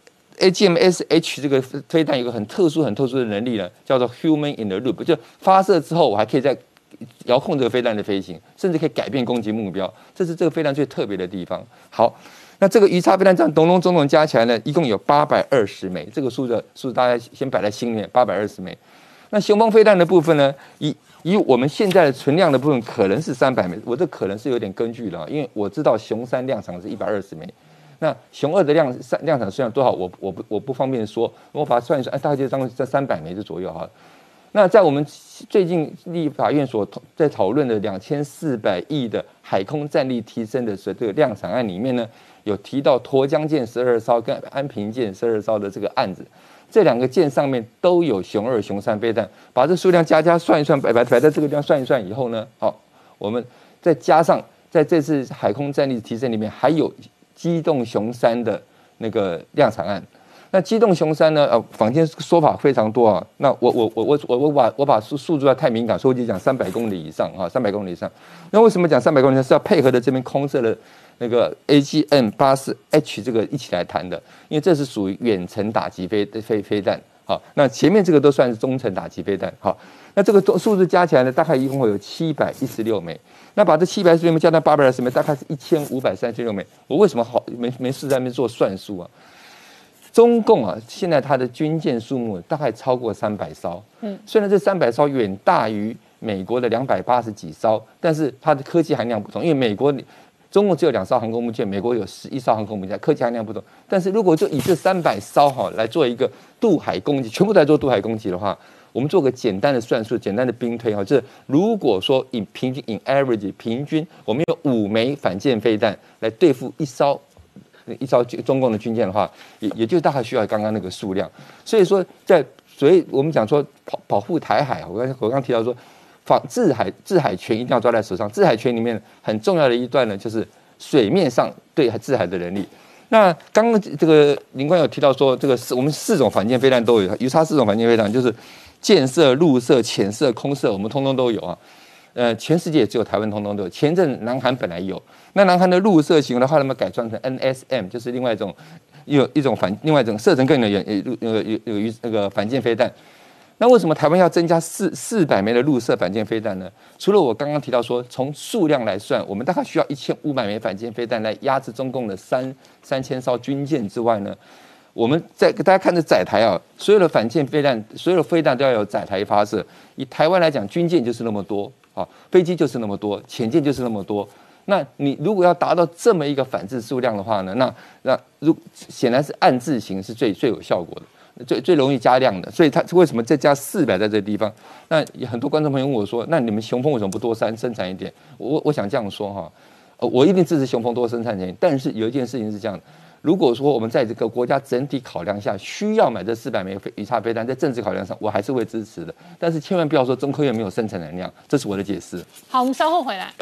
A G M S H 这个飞弹有个很特殊、很特殊的能力呢，叫做 Human in the Loop， 就发射之后，我还可以再遥控这个飞弹的飞行，甚至可以改变攻击目标，这是这个飞弹最特别的地方。好，那这个鱼叉飞弹这样咚咚总总加起来呢，一共有八百二十枚，这个数字数字大家先摆在心里面，八百二十枚。那雄风飞弹的部分呢，以以我们现在的存量的部分可能是三百枚，我这可能是有点根据的，因为我知道雄三量产是一百二十枚，那雄二的量量产数量多少，我我不我不方便说，我把它算一算，哎，大概就当在三百枚的左右哈。那在我们最近立法院所在讨论的两千四百亿的海空战力提升的这个量产案里面呢，有提到沱江舰十二艘跟安平舰十二艘的这个案子。这两个舰上面都有雄二、雄三飞弹，把这数量加加算一算，摆摆摆在这个地方算一算以后呢，好，我们再加上在这次海空战力提升里面还有机动雄三的那个量产案。那机动雄三呢？呃，坊间说法非常多啊。那我我我我我我把我把数数字太敏感，所以我就讲三百公里以上啊，三百公里以上。那为什么讲三百公里以上？是要配合的这边空射的那个 A G M 八四 H 这个一起来谈的，因为这是属于远程打击飞飞飞弹。好，那前面这个都算是中程打击飞弹。好，那这个数字加起来呢，大概一共会有七百一十六枚。那把这七百一十六枚加到八百二十枚，大概是一千五百三十六枚。我为什么好没没事在那边做算术啊？中共啊，现在它的军舰数目大概超过三百艘，嗯，虽然这三百艘远大于美国的两百八十几艘，但是它的科技含量不同，因为美国中共只有两艘航空母舰，美国有十一艘航空母舰，科技含量不同。但是如果就以这三百艘哈来做一个渡海攻击，全部在做渡海攻击的话，我们做个简单的算术，简单的兵推哈，就是如果说以平均 in average 平均，我们有五枚反舰飞弹来对付一艘。一艘中共的军舰的话，也也就大概需要刚刚那个数量。所以说，在所以我们讲说保保护台海，我刚我刚提到说，防制海制海权一定要抓在手上。制海权里面很重要的一段呢，就是水面上对制海的能力。那刚刚这个林官有提到说，这个我们四种反舰飞弹都有，鱼叉四种反舰飞弹就是舰射、陆射、潜射、空射，我们通通都有啊。呃，全世界只有台湾通通都有。前阵南韩本来有，那南韩的陆射型的话，他们改装成 N S M， 就是另外一种有一种反另外一种射程更远有有有有那个反舰飞弹。那为什么台湾要增加四四百枚的陆射反舰飞弹呢？除了我刚刚提到说，从数量来算，我们大概需要一千五百枚反舰飞弹来压制中共的三三千艘军舰之外呢，我们在大家看着载台啊，所有的反舰飞弹，所有的飞弹都要有载台发射。以台湾来讲，军舰就是那么多。啊，飞机就是那么多，潜舰就是那么多。那你如果要达到这么一个反制数量的话呢，那那如显然是暗制型是最最有效果的，最最容易加量的。所以它为什么再加四百在这个地方？那很多观众朋友问我说，那你们雄风为什么不多生生产一点？我我想这样说哈，我一定支持雄风多生产点，但是有一件事情是这样的。如果说我们在这个国家整体考量下需要买这四百枚鱼叉飞弹，在政治考量上我还是会支持的，但是千万不要说中科院没有生产能量，这是我的解释。 好，我们稍后回来。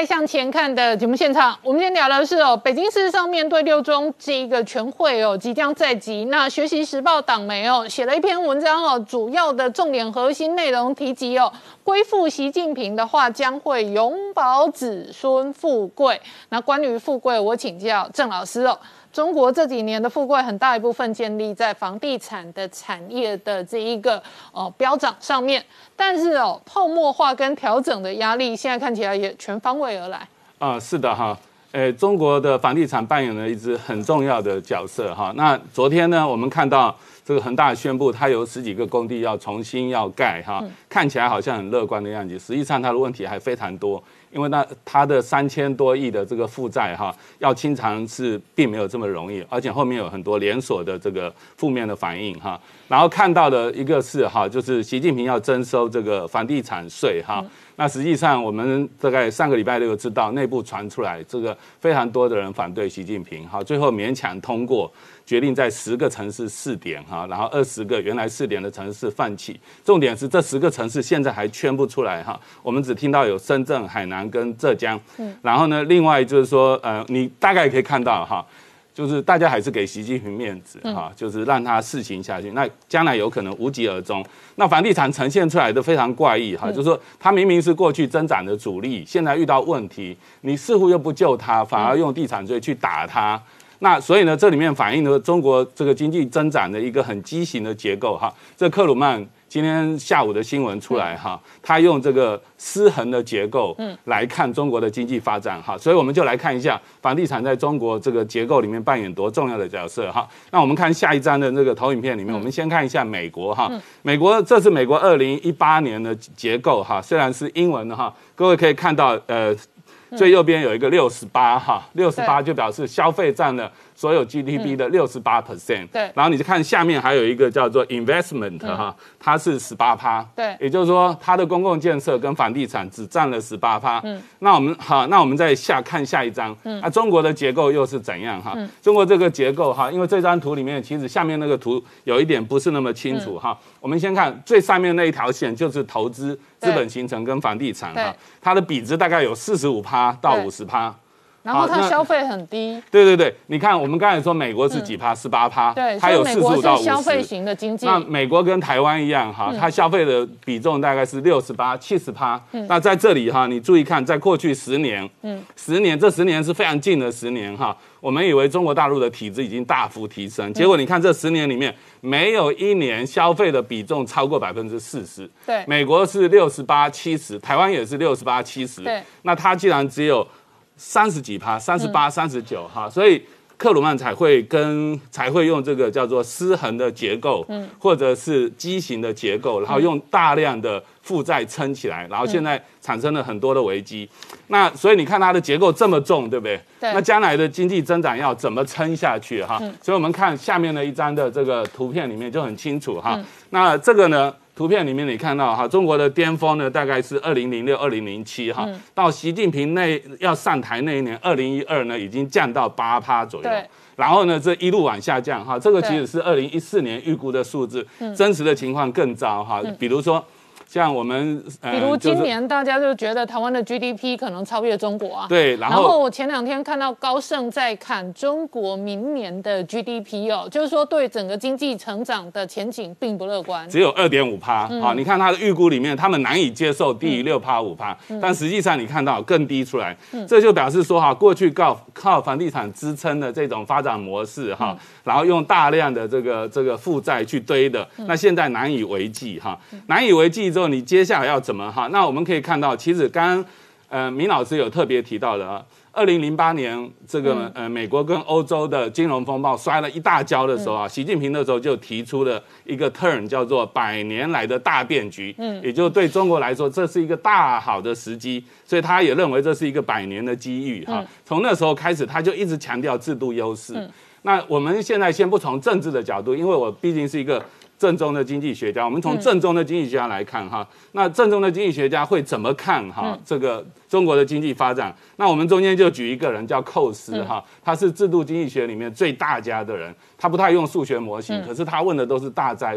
向前看的节目现场，我们今天聊的是哦，北京事实上面对六中这一个全会哦即将在即，那学习时报党媒哦写了一篇文章哦，主要的重点核心内容提及哦，归附习近平的话将会永保子孙富贵。那关于富贵，我请教郑老师哦。中国这几年的富贵很大一部分建立在房地产的产业的这一个哦飙涨上面，但是哦泡沫化跟调整的压力现在看起来也全方位而来。 啊、呃，是的哈，诶，中国的房地产扮演了一支很重要的角色哈。那昨天呢，我们看到这个恒大宣布，它有十几个工地要重新要盖哈，嗯、看起来好像很乐观的样子，实际上它的问题还非常多。因为那它的三千多亿的这个负债哈，要清偿是并没有这么容易，而且后面有很多连锁的这个负面的反应哈。然后看到的一个是哈，就是习近平要征收这个房地产税哈。嗯、那实际上我们大概上个礼拜六知道，内部传出来这个非常多的人反对习近平哈，最后勉强通过。决定在十个城市试点哈，然后二十个原来试点的城市放弃。重点是这十个城市现在还圈不出来哈，我们只听到有深圳、海南跟浙江。嗯，然后呢，另外就是说，呃，你大概可以看到哈，就是大家还是给习近平面子哈，就是让他试行下去。那将来有可能无疾而终。那房地产呈现出来的非常怪异哈，就是说它明明是过去增长的主力，现在遇到问题，你似乎又不救它，反而用地产税去打它。那所以呢，这里面反映了中国这个经济增长的一个很畸形的结构哈。这克鲁曼今天下午的新闻出来哈，他用这个失衡的结构来看中国的经济发展哈，所以我们就来看一下房地产在中国这个结构里面扮演多重要的角色哈。那我们看下一张的那个投影片里面，我们先看一下美国哈，美国这是美国二零一八年的结构哈，虽然是英文的哈，各位可以看到呃。最右边有一个六十八哈，六十八就表示消费占了所有 G D P 的六十八 percent。对，然后你就看下面还有一个叫做 investment 哈，它是十八趴。对，也就是说它的公共建设跟房地产只占了十八趴。嗯，那我们好，那我们再下看下一张。嗯，啊，中国的结构又是怎样哈？中国这个结构哈，因为这张图里面其实下面那个图有一点不是那么清楚哈。我们先看最上面那一条线，就是投资、资本形成跟房地产哈，它的比值大概有四十五趴到五十趴。 然后它消费很低， 对对对，你看我们刚才说美国是几趴，十八趴，对，它有四十五到五十。 消费型的经济， 那美国跟台湾一样哈，它消费的比重大概是六十八、七十趴。那在这里哈，你注意看，在过去十年，嗯，十年这十年是非常近的十年哈。我们以为中国大陆的体质已经大幅提升，结果你看这十年里面没有一年消费的比重超过百分之四十。对，美国是六十八、七十，台湾也是六十八、七十。对，那它既然只有三十几趴，三十八、三十九哈，所以克鲁曼才会跟才会用这个叫做失衡的结构，嗯，或者是畸形的结构，然后用大量的负债撑起来，然后现在产生了很多的危机。那所以你看它的结构这么重，对不对？对。那将来的经济增长要怎么撑下去哈？嗯、所以我们看下面的一张的这个图片里面就很清楚哈。嗯、那这个呢？图片里面你看到哈，中国的巅峰呢大概是二零零六、二零零七哈，到习近平那要上台那一年，二零一二呢已经降到八趴左右，然后呢这一路往下降哈，这个其实是二零一四年预估的数字，真实的情况更糟哈，比如说。像我们， 呃、比如今年大家就觉得台湾的 G D P 可能超越中国啊。 对， 然后, 然后我前两天看到高盛在看中国明年的 G D P 哦，就是说对整个经济成长的前景并不乐观， 只有二点五趴啊。你看它的预估里面，他们难以接受低于六趴五趴，但实际上你看到更低出来，嗯、这就表示说哈，过去靠靠房地产支撑的这种发展模式哈，嗯、然后用大量的这个这个负债去堆的，嗯、那现在难以为继哈，嗯、难以为继。之后你接下来要怎么哈？那我们可以看到，其实刚刚呃明老师有特别提到的啊，二零零八年这个、嗯、呃美国跟欧洲的金融风暴摔了一大跤的时候啊，嗯、习近平那时候就提出了一个 term 叫做百年来的大变局，嗯，也就对中国来说这是一个大好的时机，所以他也认为这是一个百年的机遇哈。从、嗯、那时候开始，他就一直强调制度优势。嗯、那我们现在先不从政治的角度，因为我毕竟是一个正宗的经济学家，我们从正宗的经济学家来看哈，嗯、那正宗的经济学家会怎么看哈、嗯、这个中国的经济发展？那我们中间就举一个人叫寇斯哈，嗯、他是制度经济学里面最大家的人，他不太用数学模型，嗯、可是他问的都是大哉问。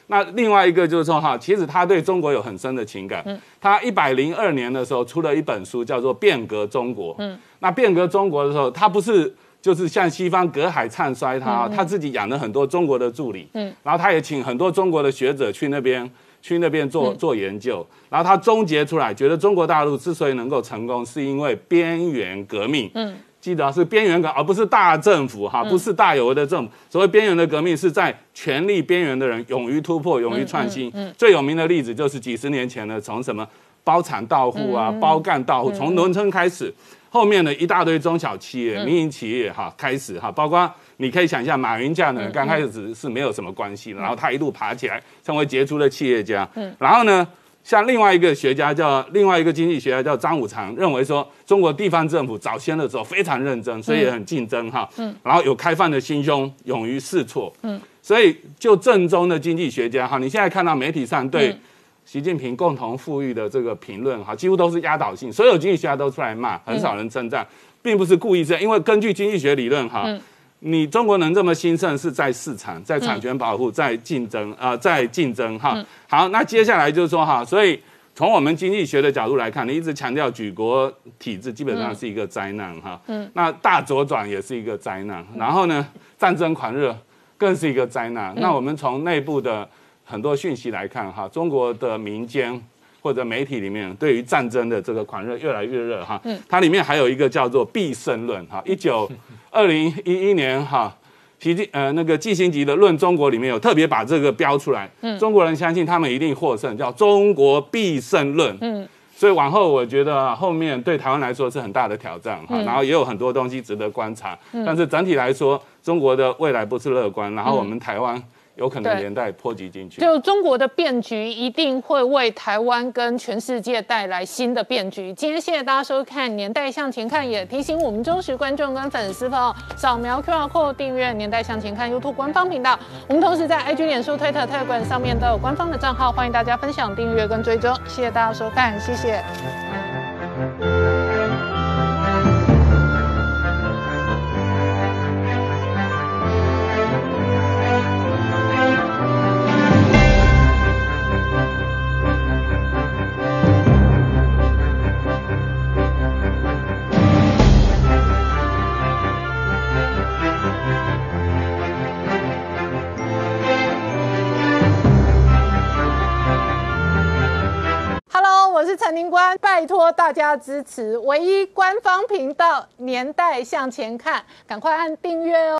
那另外一个就是说哈，其实他对中国有很深的情感。嗯，他一百零二年的时候出了一本书，叫做《变革中国》。嗯，那变革中国的时候，他不是就是像西方隔海唱衰他，嗯、他自己养了很多中国的助理。嗯，然后他也请很多中国的学者去那边。去那边做做研究，然后他总结出来，觉得中国大陆之所以能够成功，是因为边缘革命。嗯，记得是边缘革，而不是大政府哈，不是大有为的政府。所谓边缘的革命，是在权力边缘的人勇于突破、勇于创新。嗯，最有名的例子就是几十年前的，从什么包产到户啊、包干到户，从农村开始。后面的一大堆中小企业、民营企业哈开始哈，包括你可以想象，马云这样的人刚开始是没有什么关系的，然后他一路爬起来，成为杰出的企业家。嗯，然后呢，像另外一个学家叫另外一个经济学家叫张五常，认为说中国地方政府早先的时候非常认真，所以也很竞争哈。嗯，然后有开放的心胸，勇于试错。嗯，所以就正宗的经济学家哈，你现在看到媒体上对习近平共同富裕的这个评论哈，几乎都是压倒性，所有经济学家都出来骂，很少人称赞，并不是故意这样，因为根据经济学理论哈，嗯、你中国能这么兴盛是在市场、在产权保护、嗯、在竞争啊、呃，在竞争哈。嗯、好，那接下来就是说哈，所以从我们经济学的角度来看，你一直强调举国体制基本上是一个灾难哈，嗯，那大左转也是一个灾难，然后呢，战争狂热更是一个灾难。嗯、那我们从内部的很多讯息来看哈，中国的民间或者媒体里面对于战争的这个狂热越来越热哈，嗯，它里面还有一个叫做必胜论哈，一九二零一一年哈，习近呃那个季辛吉的《论中国》里面有特别把这个标出来，嗯，中国人相信他们一定获胜，叫中国必胜论，嗯，所以往后我觉得后面对台湾来说是很大的挑战哈，嗯、然后也有很多东西值得观察，嗯、但是整体来说，中国的未来不是乐观，然后我们台湾有可能连带波及进去。 就中国的变局一定会为台湾跟全世界带来新的变局。今天谢谢大家收看《年代向前看》，也提醒我们忠实观众跟粉丝朋友扫描 Q R code 订阅《年代向前看》YouTube 官方频道。我们同时在 I G、脸书、推特、Telegram 上面都有官方的账号，欢迎大家分享、订阅跟追踪。谢谢大家收看，谢谢。我是陈宁官，拜托大家支持唯一官方频道《年代向前看》，赶快按订阅哦。